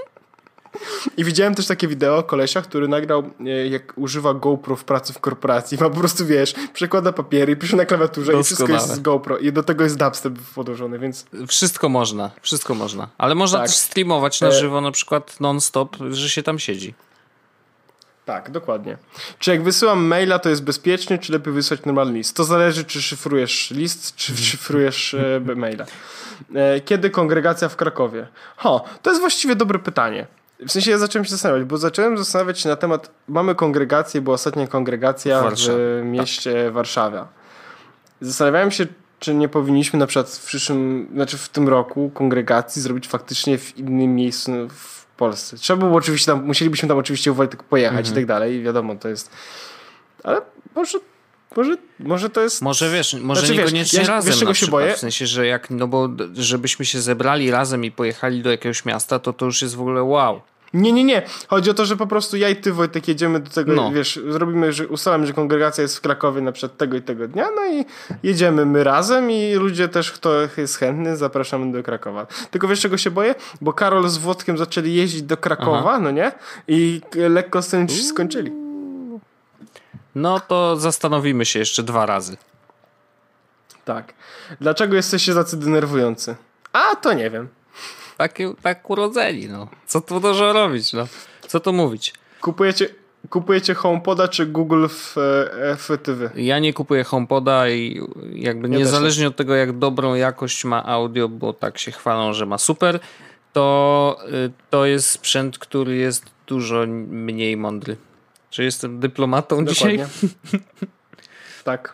I widziałem też takie wideo kolesia, który nagrał, jak używa GoPro w pracy w korporacji. Ma po prostu, wiesz, przekłada papiery, pisze na klawiaturze Doskonale. I wszystko jest z GoPro. I do tego jest dubstep podłożony, więc... Wszystko można, wszystko można. Ale można tak. też streamować na żywo, na przykład non-stop, że się tam siedzi. Tak, dokładnie. Czy jak wysyłam maila, to jest bezpiecznie, czy lepiej wysłać normalny list? To zależy, czy szyfrujesz list, czy szyfrujesz e, maila. E, kiedy kongregacja w Krakowie? Ho, to jest właściwie dobre pytanie. W sensie ja zacząłem się zastanawiać, bo zacząłem zastanawiać się na temat, mamy kongregację, była ostatnia kongregacja Warszawa. w mieście tak. Warszawa. Zastanawiałem się, czy nie powinniśmy na przykład w przyszłym, znaczy w tym roku kongregacji zrobić faktycznie w innym miejscu w Polsce. Trzeba było oczywiście tam, musielibyśmy tam oczywiście Wojtek pojechać mhm. i tak dalej, wiadomo, to jest, ale może... Może, może to jest... Może wiesz, może znaczy, niekoniecznie wiesz, razem wiesz, czego się boję? W sensie, że jak, no bo żebyśmy się zebrali razem i pojechali do jakiegoś miasta, to to już jest w ogóle wow. Nie, nie, nie. Chodzi o to, że po prostu ja i ty, Wojtek, jedziemy do tego, no. wiesz, zrobimy, że ustalamy, że kongregacja jest w Krakowie na przykład tego i tego dnia, no i jedziemy my razem i ludzie też, kto jest chętny, zapraszamy do Krakowa. Tylko wiesz, czego się boję? Bo Karol z Włodkiem zaczęli jeździć do Krakowa, Aha. no nie? I lekko z tym skończyli. No to zastanowimy się jeszcze dwa razy. Tak. Dlaczego jesteście tacy denerwujący? A, to nie wiem. Tak, tak urodzeni, no. Co tu dużo robić, no. Co tu mówić? Kupujecie, kupujecie HomePoda czy Google Efektywy? Ja nie kupuję HomePoda i jakby ja niezależnie od tego, jak dobrą jakość ma audio, bo tak się chwalą, że ma super, to to jest sprzęt, który jest dużo mniej mądry. Czy jestem dyplomatą Dokładnie. dzisiaj? Tak.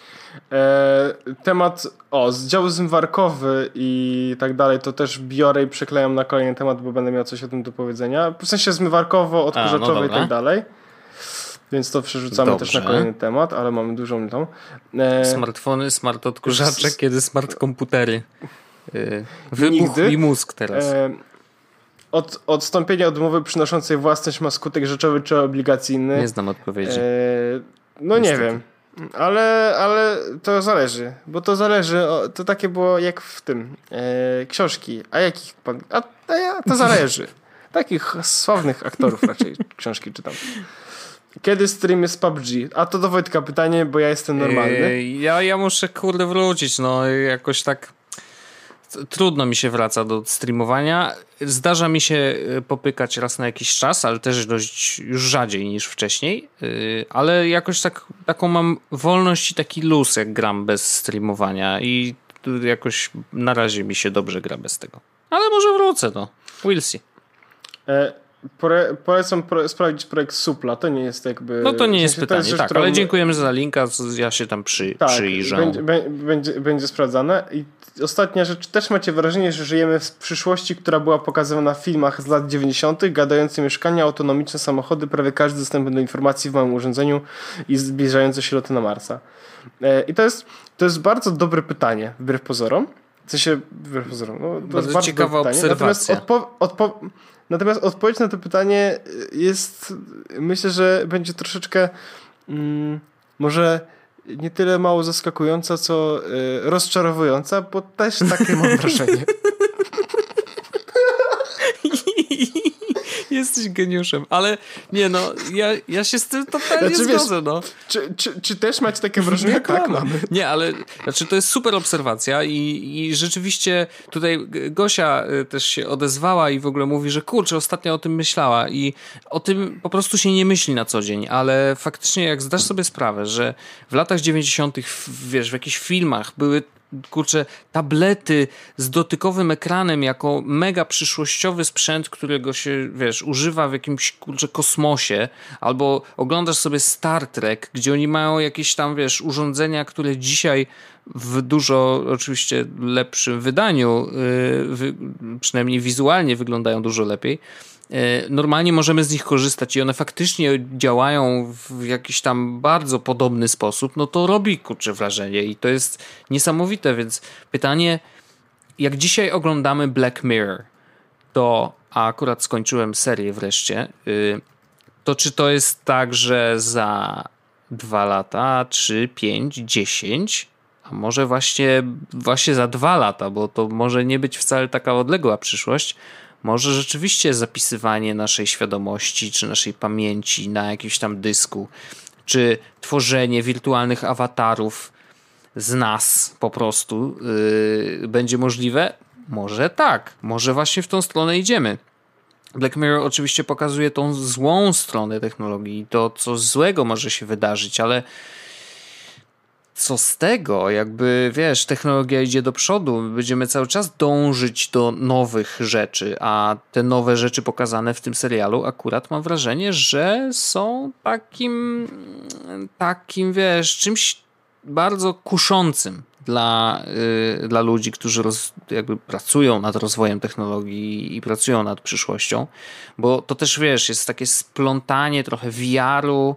E, temat, o, dział zmywarkowy i tak dalej, to też biorę i przyklejam na kolejny temat, bo będę miał coś o tym do powiedzenia. W sensie zmywarkowo, odkurzaczowe no i tak dalej. Więc to przerzucamy Dobrze. też na kolejny temat, ale mamy dużą tą. E, Smartfony, smart odkurzacze, s- kiedy smart komputery. Yy, wybuch Nigdy. i mózg teraz. E, Od, odstąpienie od umowy przynoszącej własność ma skutek rzeczowy czy obligacyjny? Nie znam odpowiedzi. E, no Niestety. nie wiem, ale, ale to zależy, bo to zależy, to takie było jak w tym, e, książki, a jakich pan, a, a to zależy. Takich sławnych aktorów raczej książki czytam. Kiedy streamy z P U B G? A to do Wojtka pytanie, bo ja jestem normalny. E, ja, ja muszę kurde wrócić, no jakoś tak trudno mi się wraca do streamowania. Zdarza mi się popykać raz na jakiś czas, ale też dość już rzadziej niż wcześniej. Ale jakoś tak, taką mam wolność i taki luz, jak gram bez streamowania i jakoś na razie mi się dobrze gra bez tego. Ale może wrócę, no. We'll see. E- Pore, polecam pro, sprawdzić projekt Supla, to nie jest jakby... No to nie jest w sensie, pytanie, jest rzecz, tak, którą... ale dziękujemy za linka, ja się tam przy, tak, przyjrzę. Będzie, będzie, będzie sprawdzane. I ostatnia rzecz, też macie wrażenie, że żyjemy w przyszłości, która była pokazywana w filmach z lat dziewięćdziesiątych, gadające mieszkania, autonomiczne samochody, prawie każdy dostępny do informacji w małym urządzeniu i zbliżające się loty na Marsa. I to jest, to jest bardzo dobre pytanie, wbrew pozorom. W sensie, wbrew pozorom, no, to bardzo jest bardzo ciekawa obserwacja. Natomiast odpo- odpo- Natomiast odpowiedź na to pytanie jest, myślę, że będzie troszeczkę mm, może nie tyle mało zaskakująca, co y, rozczarowująca, bo też takie mam wrażenie. Jesteś geniuszem, ale nie no, ja, ja się z tym totalnie znaczy, zgodzę. Wiesz, no. czy, czy, czy też macie takie wrażenie? Tak, mamy. Nie, ale znaczy to jest super obserwacja i, i rzeczywiście tutaj Gosia też się odezwała i w ogóle mówi, że kurczę, ostatnio o tym myślała i o tym po prostu się nie myśli na co dzień, ale faktycznie jak zdasz sobie sprawę, że w latach dziewięćdziesiątych wiesz, w jakichś filmach były kurczę, tablety z dotykowym ekranem jako mega przyszłościowy sprzęt, którego się, wiesz, używa w jakimś, kurczę, kosmosie, albo oglądasz sobie Star Trek, gdzie oni mają jakieś tam, wiesz, urządzenia, które dzisiaj w dużo, oczywiście lepszym wydaniu, yy, przynajmniej wizualnie wyglądają dużo lepiej. Normalnie możemy z nich korzystać i one faktycznie działają w jakiś tam bardzo podobny sposób, no to robi, kurczę, wrażenie i to jest niesamowite, więc pytanie, jak dzisiaj oglądamy Black Mirror, to, a akurat skończyłem serię wreszcie, to czy to jest tak, że za dwa lata, trzy, pięć, dziesięć, a może właśnie, właśnie za dwa lata, bo to może nie być wcale taka odległa przyszłość, może rzeczywiście zapisywanie naszej świadomości, czy naszej pamięci na jakimś tam dysku, czy tworzenie wirtualnych awatarów z nas po prostu yy, będzie możliwe? Może tak, może właśnie w tą stronę idziemy. Black Mirror oczywiście pokazuje tą złą stronę technologii, to co złego może się wydarzyć, ale co z tego? Jakby, wiesz, technologia idzie do przodu, będziemy cały czas dążyć do nowych rzeczy, a te nowe rzeczy pokazane w tym serialu akurat mam wrażenie, że są takim, takim, wiesz, czymś bardzo kuszącym dla, yy, dla ludzi, którzy roz, jakby pracują nad rozwojem technologii i pracują nad przyszłością, bo to też, wiesz, jest takie splątanie trochę V R-u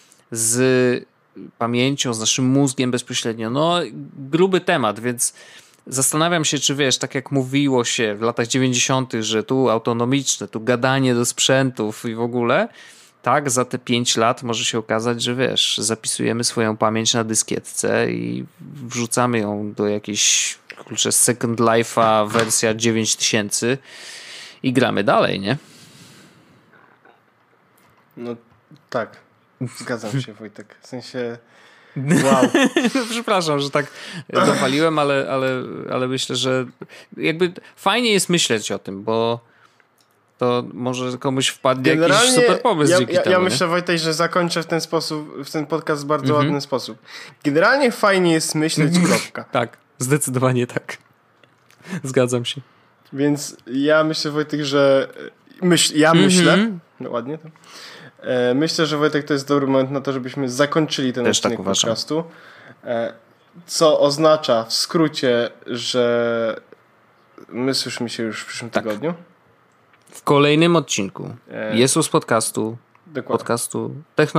z pamięcią, z naszym mózgiem bezpośrednio. No, gruby temat, więc zastanawiam się, czy wiesz, tak jak mówiło się w latach dziewięćdziesiątych, że tu autonomiczne, tu gadanie do sprzętów i w ogóle, tak, za te pięć lat może się okazać, że wiesz, zapisujemy swoją pamięć na dyskietce i wrzucamy ją do jakiejś, kurczę, Second Life'a wersja dziewięć tysięcy i gramy dalej, nie? No tak. Zgadzam się, Wojtek. W sensie wow. Przepraszam, że tak dopaliłem, ale, ale, ale myślę, że jakby fajnie jest myśleć o tym, bo to może komuś wpadnie Generalnie jakiś super pomysł ja, dzięki ja, temu. Ja myślę, Wojtek, że zakończę w ten sposób, w ten podcast w bardzo mhm. ładny sposób. Generalnie fajnie jest myśleć, kropka. Tak, zdecydowanie tak. Zgadzam się. Więc ja myślę, Wojtek, że myśl, ja mhm. myślę, no ładnie to. Myślę, że Wojtek to jest dobry moment na to, żebyśmy zakończyli ten Też odcinek tak podcastu. Co oznacza w skrócie, że my słyszymy się już w przyszłym tak. tygodniu. W kolejnym odcinku e... Jesus podcastu, Dokładnie. podcastu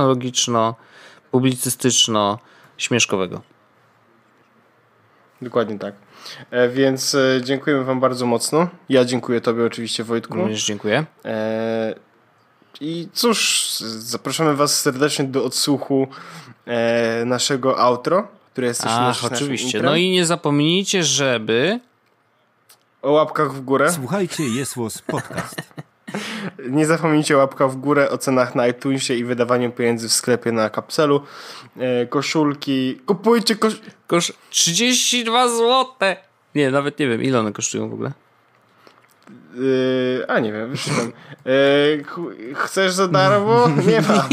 technologiczno-publicystyczno-śmieszkowego. Dokładnie tak. E, więc e, dziękujemy wam bardzo mocno. Ja dziękuję tobie oczywiście, Wojtku. Również dziękuję. E, I cóż, zapraszamy was serdecznie do odsłuchu e, naszego outro, które jest też Ach, oczywiście. No i nie zapomnijcie, żeby... O łapkach w górę. Słuchajcie, Jesłos Podcast. Nie zapomnijcie o łapkach w górę, o cenach na iTunesie i wydawaniu pieniędzy w sklepie na kapselu. E, koszulki. Kupujcie kosz... Kosz... trzydzieści dwa złote. Nie, nawet nie wiem, ile one kosztują w ogóle. Yy, a nie wiem, wyszłem. Yy, chcesz za darmo? Nie ma.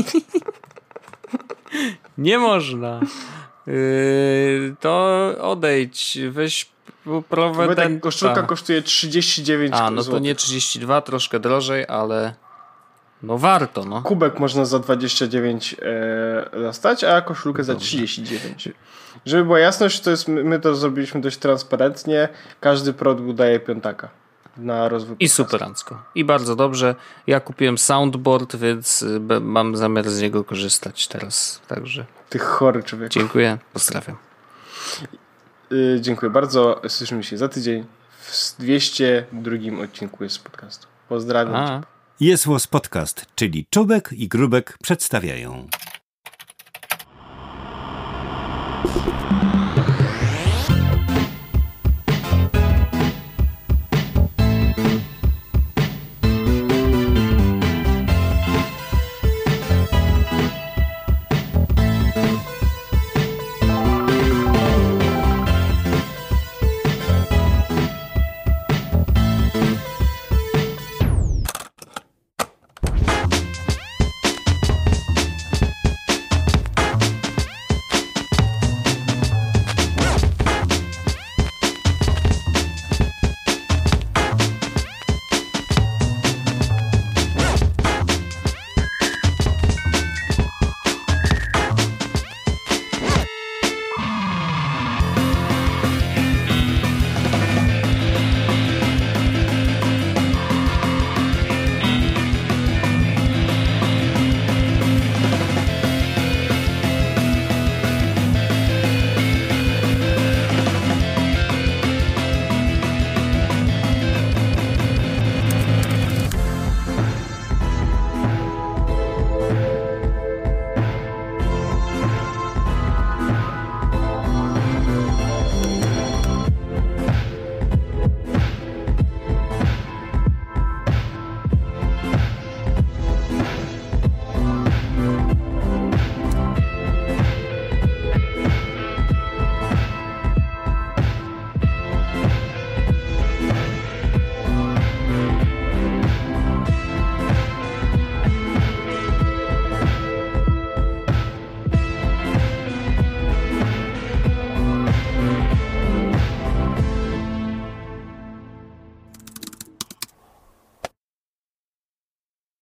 Nie można. Yy, to odejdź, weź prowę ten... Koszulka ta. kosztuje trzydzieści dziewięć A, no złotych. to nie trzydzieści dwa, troszkę drożej, ale no warto, no. Kubek można za dwadzieścia dziewięć e, dostać, a koszulkę za trzydzieści dziewięć. Żeby była jasność, to jest, my to zrobiliśmy dość transparentnie. Każdy produkt daje piątaka na rozwój I superancko. I bardzo dobrze. Ja kupiłem soundboard, więc mam zamiar z niego korzystać teraz. Także. Ty chory człowiek. Dziękuję. Pozdrawiam. Yy, dziękuję bardzo. Słyszymy się za tydzień w dwieście drugim odcinku z podcastu. Pozdrawiam. Jesłos Podcast, czyli Czubek i Grubek przedstawiają.